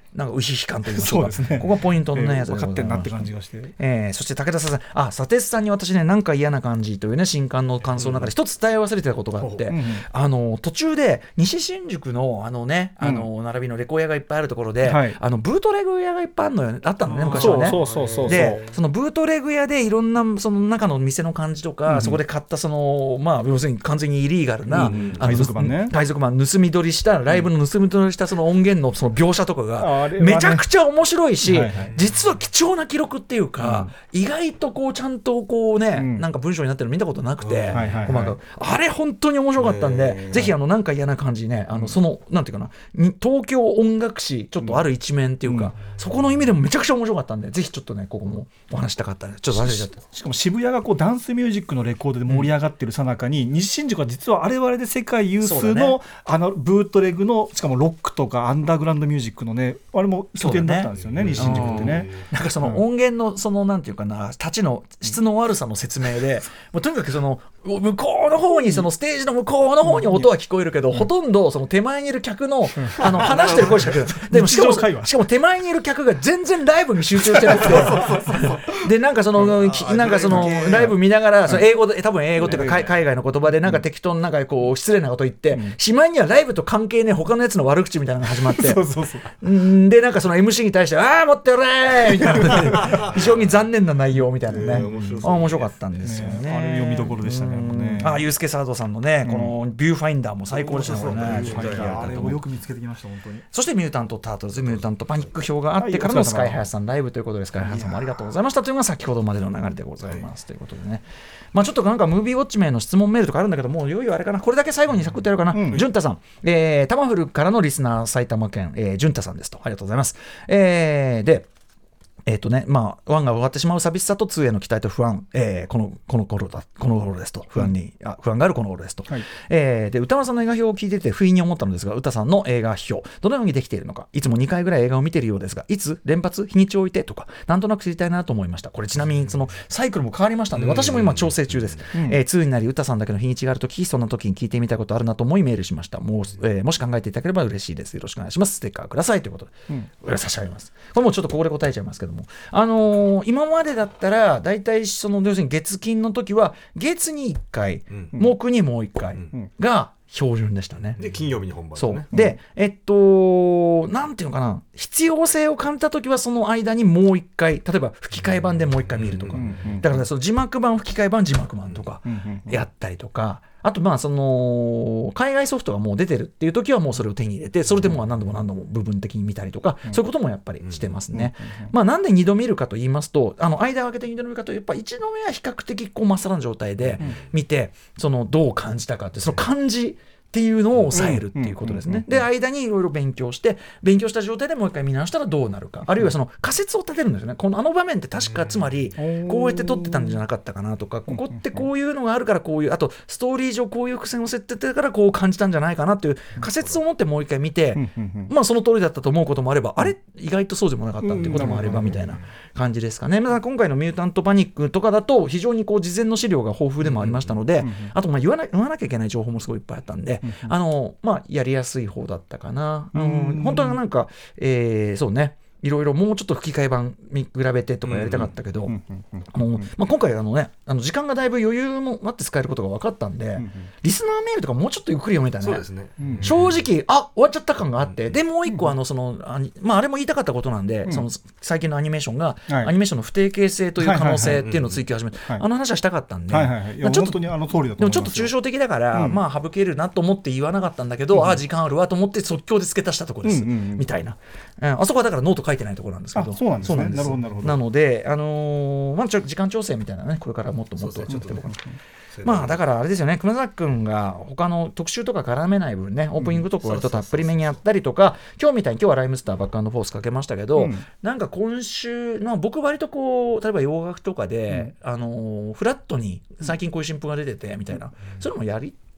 Speaker 1: なんか牛悲観といいましょうか。
Speaker 2: そうですね。
Speaker 1: ここがポイントのね、
Speaker 2: えー
Speaker 1: やつでございます。
Speaker 2: 分かってんなって感じがして。
Speaker 1: えー、そして武田さん、あ、砂鉄さんに私ね、なんか嫌な感じというね、新刊の感想の中で一つ伝え忘れてたことがあって、
Speaker 2: うんうん、
Speaker 1: あの途中で西新宿のあのね、あの並びのレコー屋がいっぱいあるところで、
Speaker 2: はい、
Speaker 1: あのブートレグ屋がいっぱいあるのよ、あったのね、昔はね。
Speaker 2: そうそうそうそう。
Speaker 1: で、そのブートレグ屋でいろんなその中の店の感じとか、うん、そこで買ったその、まあ、要するに完全にイリーガルな、うん、
Speaker 2: 海賊版ね、
Speaker 1: 海賊版盗み取りしたライブの盗み取りしたその音源のその描写とかがめちゃくちゃ面白いし、はいはい、実は貴重な記録っていうか、うん、意外とこうちゃんとこうね、うん、なんか文章になってるの見たことなくて、うんはいはいはい、あれ本当に面白かったんで、ぜひあのなんか嫌な感じね、あのそのなんていうかな、東京音楽史ちょっとある一面っていうか、うん、そこの意味でもめちゃくちゃ面白かったんで、ぜひちょっとねここもお話したかったんで、ちょっと忘れちゃった。
Speaker 2: しかも渋谷がこうダンスミュージックのレコードで盛り上がってるさなかに、うん、西新宿は実はあれはあれで世界有数の、ね、あのブートレグのしかもロックとかアンダーグラウンドミュージックのね、あれも拠点だったんですよね、西新宿ってね。
Speaker 1: なんかその音源のそのなんていうかな、立ちの質の悪さの説明で、もうとにかくその向こうの方にそのステージの向こうの方に音は聞こえるけど、うん、ほとんどその手前にいる客の、うん、あの話してる声しか聞こえない。でもしかもしかも手前にいる客が全然ライブに集中してなくてでなんかそのなんかそのライブ見ながらその英語で多分英語っていうか海外の言葉でなんか適当になんかこう失礼なこと言って、うん、しまいにはライブと関係ねえ他のやつの悪口みたいなのが始まって
Speaker 2: そうそうそう、
Speaker 1: んでなんかその エムシー に対してああ持ってるねみたいな非常に残念な内容みたいなね、えー、面白そう、あ面白かったんですよね、
Speaker 2: ね、あれ読みどころでしたね。ね
Speaker 1: あユースケサードさんのね、うん、このビューファインダーも最高でしたね、これね、
Speaker 2: あれをよく見つけてきました本当に。
Speaker 1: そしてミュータントタートルズ、ミュータントパニック表があってからのスカイハヤさんライブということで、スカイハヤさんもありがとうございましたというのが先ほどまでの流れでございますということでね、まあ、ちょっとなんかムービーウォッチ名の質問メールとかあるんだけど、もういよいよあれかな、これだけ最後にサクッとやるかな。潤太、うん、さん、えー、タマフルからのリスナー埼玉県、えー、潤太さんですと、ありがとうございます。えー、でえーとねまあ、ワンが終わってしまう寂しさとツーへの期待と不安、えー、このこの頃だこの頃ですと、不安に、うん、あ不安があるこの頃ですと、はい、えー、で歌丸さんの映画表を聞いてて不意に思ったのですが、歌さんの映画表どのようにできているのか、いつもにかいぐらい映画を見ているようですが、いつ連発日にちを置いてとかなんとなく知りたいなと思いました。これちなみにそのサイクルも変わりましたので、私も今調整中です。うん、えー、ツーになり歌さんだけの日にちがあるとき、そんな時に聞いてみたいことあるなと思いメールしました。もう、えー、もし考えていただければ嬉しいです。よろしくお願いします。ステッカーくださいということで、うん、差し上げます。これもちょっとここで答えちゃいますけども、あのー今までだったらだいたいその要するに月金の時は月にいっかい、うん、木にもういっかいが標準でしたね。
Speaker 3: で金曜日に本番ですね。
Speaker 1: そうで、えっとなんていうのかな、必要性を感じた時はその間にもう一回、例えば吹き替え版でもう一回見るとか、だからその字幕版吹き替え版字幕版とかやったりとか、あとまあその海外ソフトがもう出てるっていう時はもうそれを手に入れて、それでもう何度も何度も部分的に見たりとか、そういうこともやっぱりしてますね。まあなんでにど見るかと言いますと、あの間を空けてにど見るかと、やっぱ一度目は比較的こうまっさらな状態で見て、そのどう感じたかって、その感じっていうのを抑えるっていうことですね。で間にいろいろ勉強して勉強した状態でもう一回見直したらどうなるか、あるいはその仮説を立てるんですよね。このあの場面って確かつまりこうやって撮ってたんじゃなかったかなとか、ここってこういうのがあるからこういう、あとストーリー上こういう伏線を設定してからこう感じたんじゃないかなっていう仮説を持ってもう一回見て、まあその通りだったと思うこともあれば、あれ意外とそうでもなかったっていうこともあればみたいな感じですかね。まあ今回のミュータントパニックとかだと非常にこう事前の資料が豊富でもありましたので、あとまあ言わな、言わなきゃいけない情報もすごいいっぱいあったんで、あのまあ、やりやすい方だったかな。うん、本当はなんか、えー、そうね、いろいろもうちょっと吹き替え版見比べてとかやりたかったけど、あのまあ、今回あの、ね、あの時間がだいぶ余裕もあって使えることが分かったんで、うんうん、リスナーメールとかもうちょっとゆっくり読めたね。
Speaker 3: そうですね、うん、
Speaker 1: 正直あ終わっちゃった感があって、うん、でもう一個あのそのあ、まあ、あれも言いたかったことなんで、うん、その最近のアニメーションが、はい、アニメーションの不定形性という可能性っていうのを追求始めて、あの話はしたかったんで、
Speaker 2: はいはいはい、いや
Speaker 1: ちょっと
Speaker 2: 本当にあの通りだと思いますよ。
Speaker 1: でもちょっと抽象的だから、うん、まあ省けるなと思って言わなかったんだけど、うん、あ時間あるわと思って即興で付け足したところです、うんうんうん、みたいな、うん、あそこはだからノート書いてないところなんですけど、
Speaker 2: そうなんですね。なるほどなるほど。
Speaker 1: なので、あのーまあ、ちょ時間調整みたいなね、これからもっともっとやっていこうかな。まあだからあれですよね、熊崎君が他の特集とか絡めない分ね、オープニングとか割とたっぷりめにやったりとか、今日みたいに今日はライムスターバックアンドフォースかけましたけど、うん、なんか今週の僕割とこう例えば洋楽とかで、うん、あのー、フラットに最近こういう新譜が出ててみたいな、うん、そういうのもやり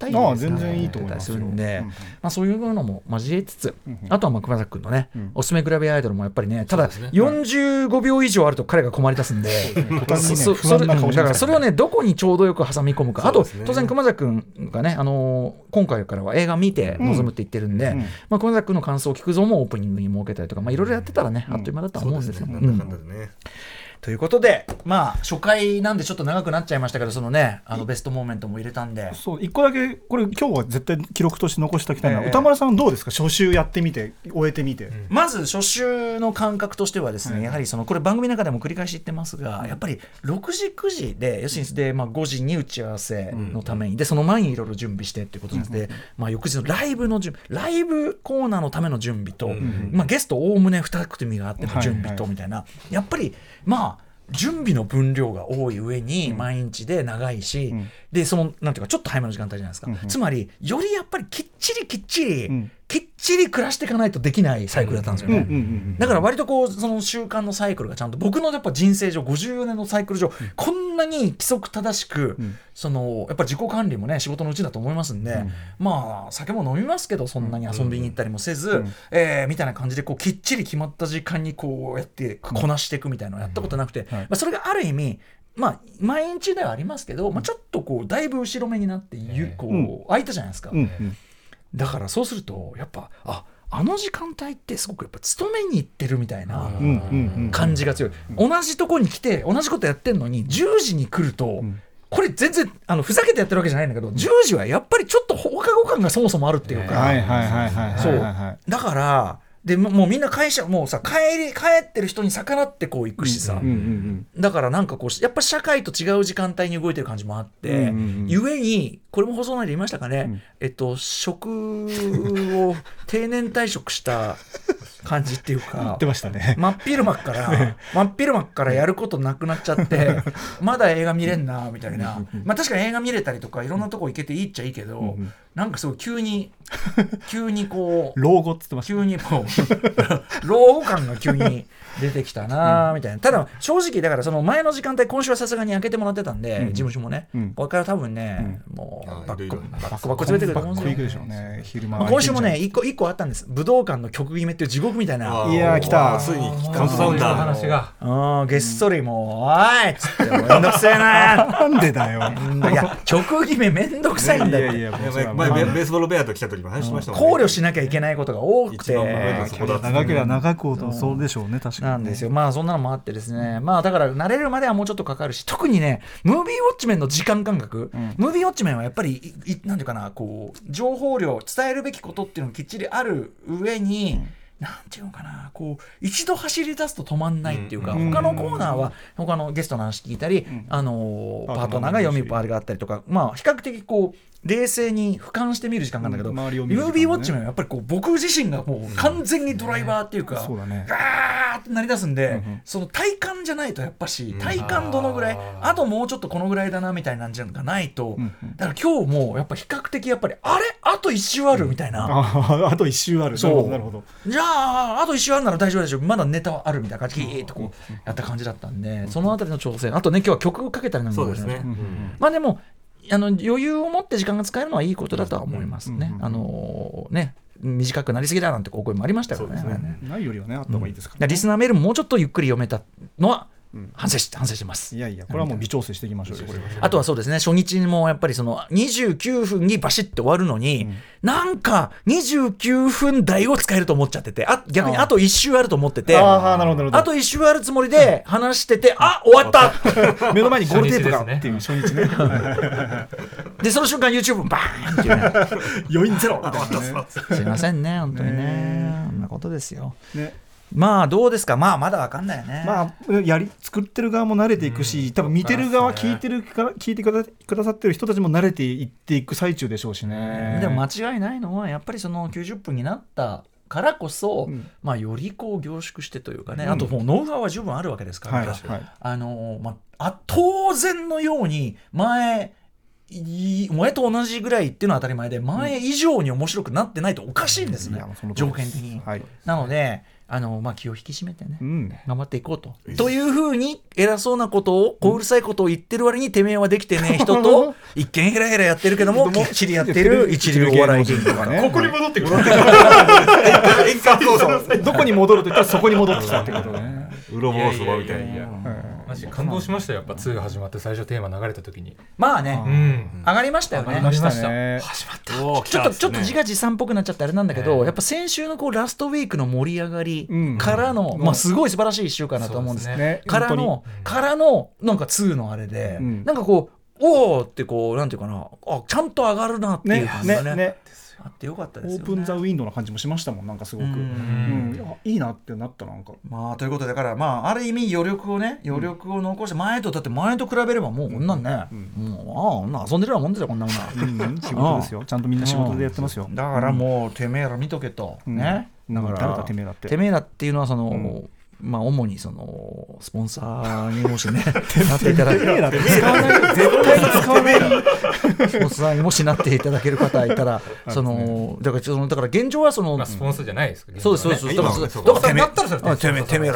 Speaker 1: ったりですね、
Speaker 2: ああ全然いいと思いますよ
Speaker 1: するんで、
Speaker 2: うんうん
Speaker 1: まあ、そういうのも交えつつ、
Speaker 2: うんうん
Speaker 1: あとはまあ熊崎君のね、
Speaker 2: うん
Speaker 1: おすすめグラビアアイドルもやっぱりね、ただ
Speaker 4: そうですね
Speaker 1: よんじゅうごびょう以上あると彼が困り出すんで、
Speaker 2: 途端にね
Speaker 1: そ
Speaker 2: 不安な顔しますからね
Speaker 1: だからそれをねどこにちょうどよく挟み込むか、あと
Speaker 3: そうですね
Speaker 1: 当然熊崎君がね、あのー今回からは映画見て臨むって言ってるんで、
Speaker 2: うんうん
Speaker 1: まあ、熊崎君の感想を聞くぞもオープニングに設けたりとか、まあいろいろやってたらね、あっという間だとは思うんですよ。
Speaker 3: なんだかんだでね。
Speaker 1: ということで、まあ初回なんでちょっと長くなっちゃいましたけど、そのねあのベストモーメントも入れたんで、
Speaker 2: そう一個だけこれ今日は絶対記録として残しておきたいのは、
Speaker 1: ええ
Speaker 2: 歌丸さんどうですか、初週やってみて終えてみて、
Speaker 4: ん
Speaker 1: まず初週の感覚としてはですね、
Speaker 2: はい
Speaker 1: やはりそのこれ番組の中でも繰り返し言ってますが、やっぱりろくじくじで要するにで、まあ、ごじに打ち合わせのために、でその前にいろいろ準備してっていうことなんで、まあ、翌日のライブの準備ライブコーナーのための準備と、まあ、ゲストおおむねに組があっての準備とみたいな、やっぱりまあ準備の分量が多い上に毎日で長いし、
Speaker 2: うん
Speaker 1: でそのなんていうかちょっと早めの時間帯じゃないですか、
Speaker 2: うんうん
Speaker 1: つまりよりやっぱりきっちりきっちり、
Speaker 2: うん
Speaker 1: きっちり暮らしていかないとできないサイクルだったんですよね、
Speaker 2: うんうんうん
Speaker 1: だから割とこうその習慣のサイクルがちゃんと僕のやっぱ人生上ごじゅうよねんのサイクル上、こんなに規則正しく、
Speaker 2: うん
Speaker 1: そのやっぱ自己管理もね仕事のうちだと思いますんで、まあ酒も飲みますけどそんなに遊びに行ったりもせず、
Speaker 2: うん
Speaker 1: えーみたいな感じでこうきっちり決まった時間にこうやってこなしていくみたいなのをやったことなくて、
Speaker 2: はい
Speaker 1: まあ、それがある意味まあ、毎日ではありますけど、まあ、ちょっとこうだいぶ後ろ目になってゆ、
Speaker 4: えー
Speaker 1: こう
Speaker 2: うん
Speaker 1: 空いたじゃないですか、
Speaker 2: うんうん
Speaker 1: だからそうするとやっぱああの時間帯ってすごくやっぱ勤めに行ってるみたいな
Speaker 2: うんうんうん
Speaker 1: 感じが強い、同じとこに来て同じことやってんのにじゅうじに来ると、
Speaker 2: ん
Speaker 1: これ全然あのふざけてやってるわけじゃないんだけどじゅうじはやっぱりちょっと放課後感がそもそもあるっていうか、
Speaker 2: はいはいはいはいはい
Speaker 1: そう
Speaker 2: はいはい
Speaker 1: だからでももうみんな会社もうさ帰り帰ってる人に逆らってこう行くしさ、
Speaker 2: うんうん
Speaker 1: だからなんかこうやっぱ社会と違う時間帯に動いてる感じもあって、
Speaker 2: うんうんうん
Speaker 1: ゆえにこれも放送内で言いましたかね、えっと職を定年退職した感じっていう
Speaker 2: 言
Speaker 1: か
Speaker 2: ってましたね。
Speaker 1: 真っ昼間から真っ昼間からやることなくなっちゃってまだ映画見れんなみたいな、まあ確かに映画見れたりとかいろんなとこ行けていいっちゃいいけど、
Speaker 2: うんうん
Speaker 1: なんかすごい急に急にこう
Speaker 2: 老後って言ってました。
Speaker 1: 急にもう老後感が急に出てきたなみたいな、ただ正直だからその前の時間帯今週はさすがに開けてもらってたんで、
Speaker 2: うん
Speaker 1: 事務所もね、
Speaker 2: うん
Speaker 1: これから多分ね、もう
Speaker 3: あ
Speaker 1: バック
Speaker 3: いろいろ
Speaker 1: バックバック詰めてくると思うんですよ
Speaker 2: バック行くでしょうね。昼間
Speaker 1: まあ今週もね一個一個あったんです。武道館の曲決めっていう地獄みたいな
Speaker 3: あー
Speaker 2: いやー来た
Speaker 3: ついに
Speaker 4: ー
Speaker 3: カウントダウンだ。
Speaker 4: 話が
Speaker 1: うんげっそりもう「おい!」っつって「もうめんどくせえな」
Speaker 2: なんでだよ。
Speaker 1: いや曲決めめんどくさいんだよ
Speaker 2: いやいやいや
Speaker 3: いや
Speaker 2: もうそれは
Speaker 3: 前前ベ
Speaker 2: まあ
Speaker 3: ベースボールベアと来た時も話しましたもんね。
Speaker 1: 考慮しなきゃいけないことが多くて
Speaker 3: 一番問題点はそこだっつって
Speaker 2: 長ければ長くほどそうでしょうね、確かにね。
Speaker 1: なんですよ。まあそんなのもあってですね、まあだから慣れるまではもうちょっとかかるし、特にねムービーウォッチメンの時間感覚、
Speaker 2: うん
Speaker 1: ムービーウォッチメンはやっぱりいいなんていうかな、こう情報量伝えるべきことっていうのがきっちりある上に、なんていうのかな、こう一度走り出すと止まんないっていうか、
Speaker 2: うん
Speaker 1: 他のコーナーは他のゲストの話聞いたり、
Speaker 2: ん
Speaker 1: あの
Speaker 2: パートナー
Speaker 1: パートナーが読みパーがあったりとか、まあ比較的こう冷静に俯瞰して見る時間なんだけど、
Speaker 2: うん周りを
Speaker 1: ム
Speaker 2: 見る時間ね
Speaker 1: ービーウォッチメンはやっぱりこう僕自身がもう完全にドライバーっていうか、
Speaker 2: そうだね。
Speaker 1: ガーってなりだすんで、
Speaker 2: うんうん
Speaker 1: その体感じゃないとやっぱし
Speaker 3: うん
Speaker 1: 体感どのぐらい、
Speaker 4: あー
Speaker 1: あともうちょっとこのぐらいだなみたいなんじゃないと、
Speaker 2: うんうん
Speaker 1: だから今日もやっぱ比較的やっぱりあれあと一周あるみたいな、
Speaker 2: ああと一周ある。な
Speaker 1: そう
Speaker 2: るほどなるほど。
Speaker 1: じゃああと一周あるなら大丈夫でしょ、まだネタはあるみたいな感じでギーッとこうやった感じだったんで、そのあたりの調整、あとね今日は曲かけたりなんかも
Speaker 3: そうですね。
Speaker 2: うんうん
Speaker 1: まあでもあの余裕を持って時間が使えるのはいいことだとは思いますね。
Speaker 2: うんうん
Speaker 1: あのね短くなりすぎだなんてお声もありましたからね。
Speaker 3: そうですね
Speaker 1: あれね
Speaker 2: ないよりはねあった方がいいですか
Speaker 1: だからリスナーメールももうちょっとゆっくり読めたのは
Speaker 2: うん
Speaker 1: 反省して反省してます。
Speaker 2: いやいやこれはもう微調整していきましょうよこれは。
Speaker 1: あとはそうですね、初日にもやっぱりそのにじゅうきゅうふんにバシッと終わるのに、
Speaker 2: うん
Speaker 1: なんかにじゅうきゅうふん台を使えると思っちゃってて、あ逆に
Speaker 2: ああ
Speaker 1: あといっ周あると思ってて、
Speaker 2: あ
Speaker 1: あ
Speaker 2: あなるほどなるほ
Speaker 1: といっ周あるつもりで話してて、あ終わった
Speaker 2: ど。目の前にゴールテープが
Speaker 4: 初日ですね
Speaker 2: っていう初日ね。
Speaker 1: でその瞬間 YouTube バーンっていうね
Speaker 2: 余韻ゼロみたいなね。
Speaker 1: すいませんね本当にね
Speaker 2: ね
Speaker 1: こんなことですよ。
Speaker 2: ね
Speaker 1: まあどうですか、まあまだわかんないよね。
Speaker 2: まあやり作ってる側も慣れていくし、多分見てる側、
Speaker 4: そうですね
Speaker 2: 聞いてるから聞いてくだくださってる人たちも慣れていっていく最中でしょうしね。
Speaker 1: でも間違いないのはやっぱりそのきゅうじゅっぷんになったからこそ、
Speaker 2: うん
Speaker 1: まあ、よりこう凝縮してというかね、
Speaker 2: うん
Speaker 1: あともうノウハウは十分あるわけですから、
Speaker 2: はいはい
Speaker 1: あのまあ、あ当然のように前い前と同じぐらいっていうのは当たり前で、前以上に面白くなってないとおかしいんですね、条件的に、はい、なのであの、まあ、気を引き締めてね、うん、頑張っていこうと、うん、というふうに偉そうなことを小うるさいことを言ってる割にてめえはできてねえ人と一見ヘラヘラやってるけどもきっちりやってる一流お笑い芸人とかね、
Speaker 3: ここに戻ってくる
Speaker 2: どこに戻ると言ったらそこに戻ってきたってことね。
Speaker 3: うろぼうそばみたいに。
Speaker 4: マジ感動しましたよ、やっぱツー始まって最初テーマ流れた時に。
Speaker 1: まあね、うん、上がりましたよね。
Speaker 4: 上がりました
Speaker 1: ね。始まった。ちょっとちょっと自画自賛っぽくなっちゃってあれなんだけど、えー、やっぱ先週のこうラストウィークの盛り上がりからの、うん、まあすごい素晴らしいいっしゅうかんだと思うんですね。からの、うん、からのなんかツーのあれで、うん、なんかこうおーってこうなんていうかな、あちゃんと上がるなっていう感じがね。ねねあってよかったですよね。
Speaker 2: オープンザウィンドウの感じもしましたもん、なんかすごく、うんうん、いいなってなったなんか。
Speaker 1: まあということでだからまあある意味余力をね余力を残して前とだって前と比べればもうこんなんね、うんうん、もうああ遊んでるようなもんですよこんなもんな、
Speaker 2: うん、仕事ですよ。ちゃんとみんな仕事でやってますよ。
Speaker 1: だからもうてめえら見とけと、うん、ね。だから
Speaker 2: 誰かてめえらって
Speaker 1: てめえらっていうのはその、うんまあ主にそのスポンサーにもしねなっていただける使わない絶対に使わないスポンサーにもしなっていただける方いたらそのだからそのだから現状はその、
Speaker 4: まあ、スポンサーじゃないですけど、
Speaker 1: そうですそうですだからだったらそれてめえてめえら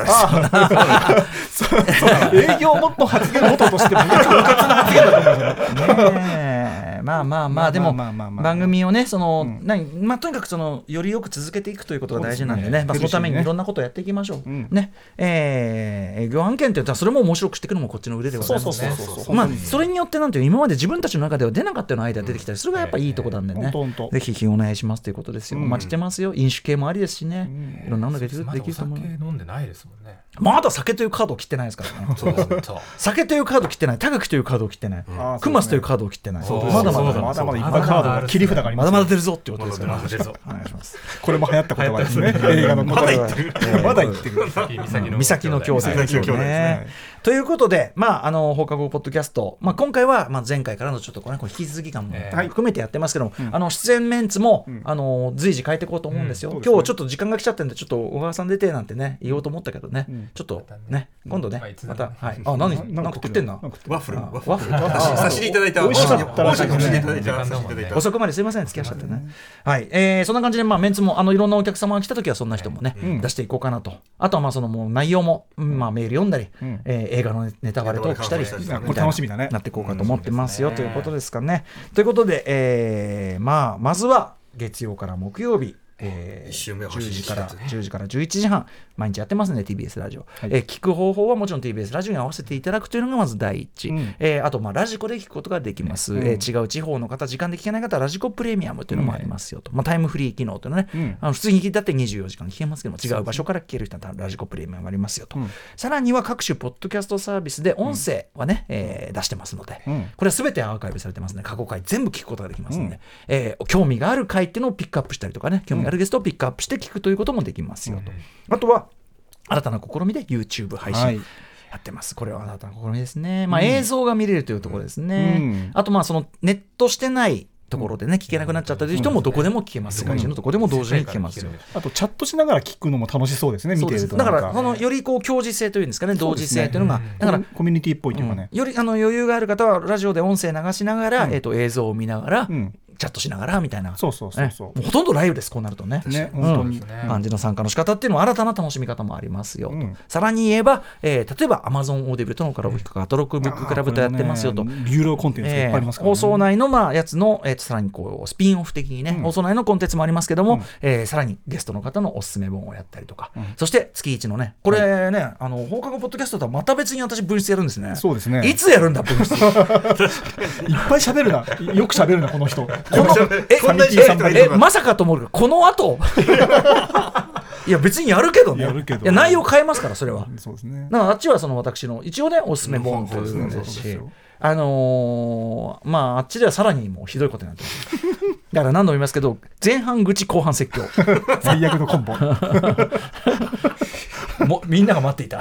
Speaker 2: 営業もっと発言元としてもうかつな発言だと思う
Speaker 1: ね。まあまあまあでも番組をねその何まあとにかくそのよりよく続けていくということが大事なんでね、まあそのためにいろんなことをやっていきましょうね。えー、営業案件って言ったらそれも面白くしていくのもこっちの腕でございますね。まあそれによってなんていう今まで自分たちの中では出なかったようなアイデア出てきたりそれがやっぱいいとこなんでね、ぜひひお願いしますということですよ。お待ちしてますよ。飲酒系もありですしね、いろんなのができると思う。
Speaker 4: まだお酒飲んでないですもんね。
Speaker 1: まだ酒というカードを切ってないですからね。酒というカードを切ってない、高木というカードを切ってない、熊須というカードを切ってない。
Speaker 2: まだまだまだまだいっぱいカードが切り札があります。
Speaker 1: まだまだ出るぞっていうことですから。お願いします。
Speaker 2: これも流行った言葉ですね。映画の言葉でまだ言ってくる。
Speaker 1: 岬の兄弟ですね。ということで、まあ、あの放課後ポッドキャスト、まあ、今回は、まあ、前回からのちょっとこれ、ね、これ引き続き感も含めてやってますけども、えー、あの出演メンツも、うん、あの随時変えていこうと思うんですよ、うん、今日ちょっと時間が来ちゃってるんでちょっと小川さん出てなんてね言おうと思ったけどね、うん、ちょっとね今度ね、うん、また、はい、あ何なんか食ってんな
Speaker 3: ワッフルワッフル差し入れいただいた
Speaker 2: 美味しかったらしいですね。
Speaker 1: 遅くまですいません付き合っちゃってね、はい、えー、そんな感じで、まあ、メンツもあのいろんなお客様が来た時はそんな人もね、うん、出していこうかなと。あとはまあそのもう内容も、まあ、メール読んだり、うん、えー、映画のネタバレトークしたり
Speaker 2: これ楽しみだね
Speaker 1: なっていこうかと思ってますよ、うん、ということですかね。ということで、えーまあ、まずは月曜から木曜日、えー、じゅうじからじゅうじからじゅういちじはん毎日やってますね ティービーエス ラジオ、はい、えー、聞く方法はもちろん ティービーエス ラジオに合わせていただくというのがまず第一、うん、えー、あとまあラジコで聞くことができます、うん、えー、違う地方の方時間で聞けない方はラジコプレミアムというのもありますよと、うん、まあ、タイムフリー機能というのね、うん、あの普通に聞いたってにじゅうよじかん聞けますけども違う場所から聞ける人はラジコプレミアムありますよと、うん、さらには各種ポッドキャストサービスで音声はね、うん、えー、出してますので、うん、これは全てアーカイブされてますので過去回全部聞くことができますので、うん、えー、興味がある回っていうのをピックアップしたりとかね、興味があるゲストをピックアップして聞くということもできますよと、うん、あとは新たな試みで YouTube 配信、はい、やってます。これは新たな試みですね、まあ、映像が見れるというところですね、うん、あとまあそのネットしてないところでね聞けなくなっちゃったという人もどこでも聞けます、世界中のどこでも同時に聞けますよ。
Speaker 2: あとチャットしながら聞くのも楽しそうですね、見てると。
Speaker 1: だからそのよりこう共時性というんですかね、同時性というのが、だから
Speaker 2: コミュニティっぽいというかね、
Speaker 1: よりあの余裕がある方はラジオで音声流しながら、えーと映像を見ながら、チャットしながらみたいな、
Speaker 2: そうそうそうそう、
Speaker 1: ね、もうほとんどライブです、こうなるとね、
Speaker 2: ね、本当に、
Speaker 1: うん、感じの参加の仕方っていうのは新たな楽しみ方もありますよと、うん、さらに言えば、えー、例えば Amazon オーディブルとのコラボ企画、アトロックブッククラブとやってますよと、
Speaker 2: 有料コンテンツがいっぱいありますからね、
Speaker 1: えー、放送内のまあやつの、えー、さらにこうスピンオフ的にね、うん、放送内のコンテンツもありますけども、うん、えー、さらにゲストの方のおすすめ本をやったりとか、うん、そして月一のねこれね、はい、あの放課後ポッドキャストとはまた別に私分室やるんですね。
Speaker 2: そうですね、
Speaker 1: いつやるんだ分室いっ
Speaker 2: ぱい喋るな、よく喋るなこの人、こ
Speaker 1: のえええまさかと思うけどこの後いや別にやるけどね、
Speaker 2: やるけど
Speaker 1: いや内容変えますからそれは。
Speaker 2: そうですね、
Speaker 1: だからあっちはその私の一応ねおすすめ本というのですし、あのー、まああっちではさらにもうひどいことになってますだから何度も言いますけど前半愚痴後半説教
Speaker 2: 最悪のコンボ
Speaker 1: もみんなが待っていた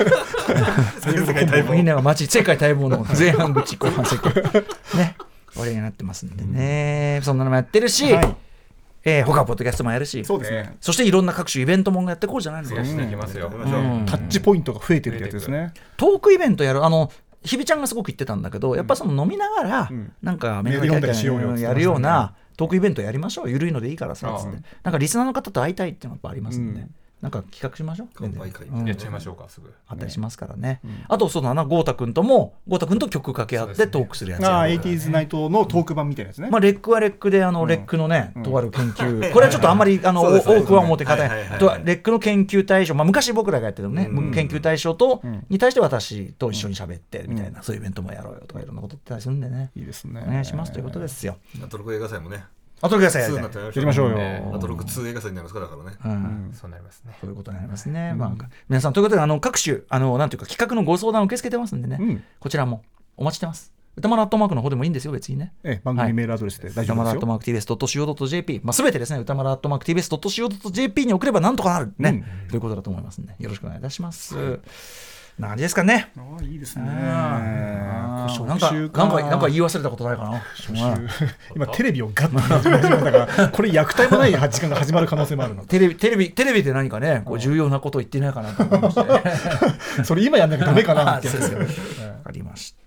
Speaker 1: みんなが待ち世界待望の前半愚痴後半説教ね、これになってますんでね、うん、そんなのもやってるし、はい、えー、他はポッドキャストもやるし、
Speaker 2: そうですね、
Speaker 1: そしていろんな各種イベントもやってこうじゃないのか、
Speaker 4: 増やしていきますよ、
Speaker 2: うん、タッチポイントが増えてるってやつですね。
Speaker 1: トークイベントやる、あの日比ちゃんがすごく言ってたんだけど、やっぱその飲みながら、うん、なんかメール
Speaker 2: 読んだりしようよ
Speaker 1: やるようなトークイベントやりましょう、ゆるいのでいいからさつって、なんかリスナーの方と会いたいっていうのがやっぱありますんで、うん、なんか企画しましょう。
Speaker 3: 乾杯会、
Speaker 4: うん、やっちゃいましょうか、すぐ
Speaker 1: あったりしますからね、うん、あとそうだな、豪太君とも豪太君と曲かけ合ってトークするやつ、ね、
Speaker 2: ああ エイティーズ ナイトのトーク版みたいなやつね、
Speaker 1: まあ、レックはレックであの、うん、レックのね、とある研究、これはちょっとあんまりあの多くは表方、レックの研究対象、まあ、昔僕らがやってるね、うん、研究対象と、うん、に対して私と一緒に喋ってみたいな、うん、そういうイベントもやろうよとかいろんなこと言ったりするんでね、
Speaker 2: いいですね、
Speaker 1: お願いしますということですよ。
Speaker 3: アトロク映画祭もね、
Speaker 1: アトロク映画祭やり
Speaker 2: やりましょうよ。
Speaker 3: アトロクツー映画祭になりますからね、
Speaker 4: うん、そうなりますね。
Speaker 1: そういうことになりますね、うん、まあ、皆さんということであの各種あのなんていうか企画のご相談を受け付けてますんでね、うん、こちらもお待ちしてます。歌丸アットマークの方でもいいんですよ、別にね。
Speaker 2: ええ、番組メールアドレスで大丈夫ですよ。
Speaker 1: 歌丸アットマーク ティービーエスドットシーオードットジェーピー、まあ、全てですね、歌丸アットマーク ティービーエスドットシーオードットジェーピー に送ればなんとかなるね、うん、ということだと思いますんで、よろしくお願いいたします。うん、な感じですかね。
Speaker 2: ああ、いいですね。
Speaker 1: なんかなんかなんか言い忘れたことないかな。
Speaker 2: 今テレビをガッと始めたからこれ役体もない時間が始まる可能性もあるの。
Speaker 1: テレビテレビテレビで何かね、こう重要なことを言ってないかなと思いまして
Speaker 2: それ今やんなきゃダメかなって。
Speaker 1: わかりました。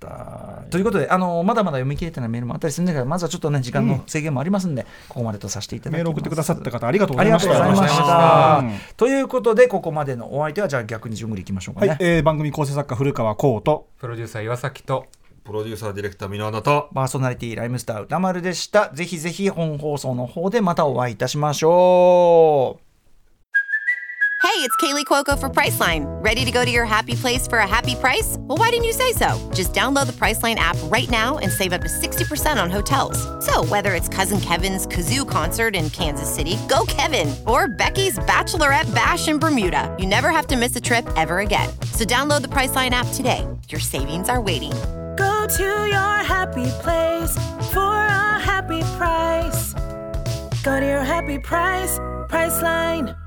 Speaker 1: ということで、あのまだまだ読み切れてないメールもあったりするんだけど、まずはちょっとね時間の制限もありますんで、うん、ここまでとさせていただきます。
Speaker 2: メール送ってくださった方ありがとうございました。
Speaker 1: ありがとうございました。うん、ということでここまでのお相手はじゃあ逆に順繰りいきましょうかね。
Speaker 2: はい、えー、番組構成作家古川光と
Speaker 4: プロデューサー岩崎と
Speaker 3: プロデューサーディレクター箕輪アナと
Speaker 1: パーソナリティライムスター歌丸でした。ぜひぜひ本放送の方でまたお会いいたしましょう。
Speaker 5: Hey, it's Kaylee Cuoco for Priceline. Ready to go to your happy place for a happy price? Well, why didn't you say so? Just download the Priceline app right now and save up to sixty percent on hotels. So whether it's Cousin Kevin's Kazoo Concert in Kansas City, go Kevin, or Becky's Bachelorette Bash in Bermuda, you never have to miss a trip ever again. So download the Priceline app today. Your savings are waiting.
Speaker 6: Go to your happy place for a happy price. Go to your happy price, Priceline.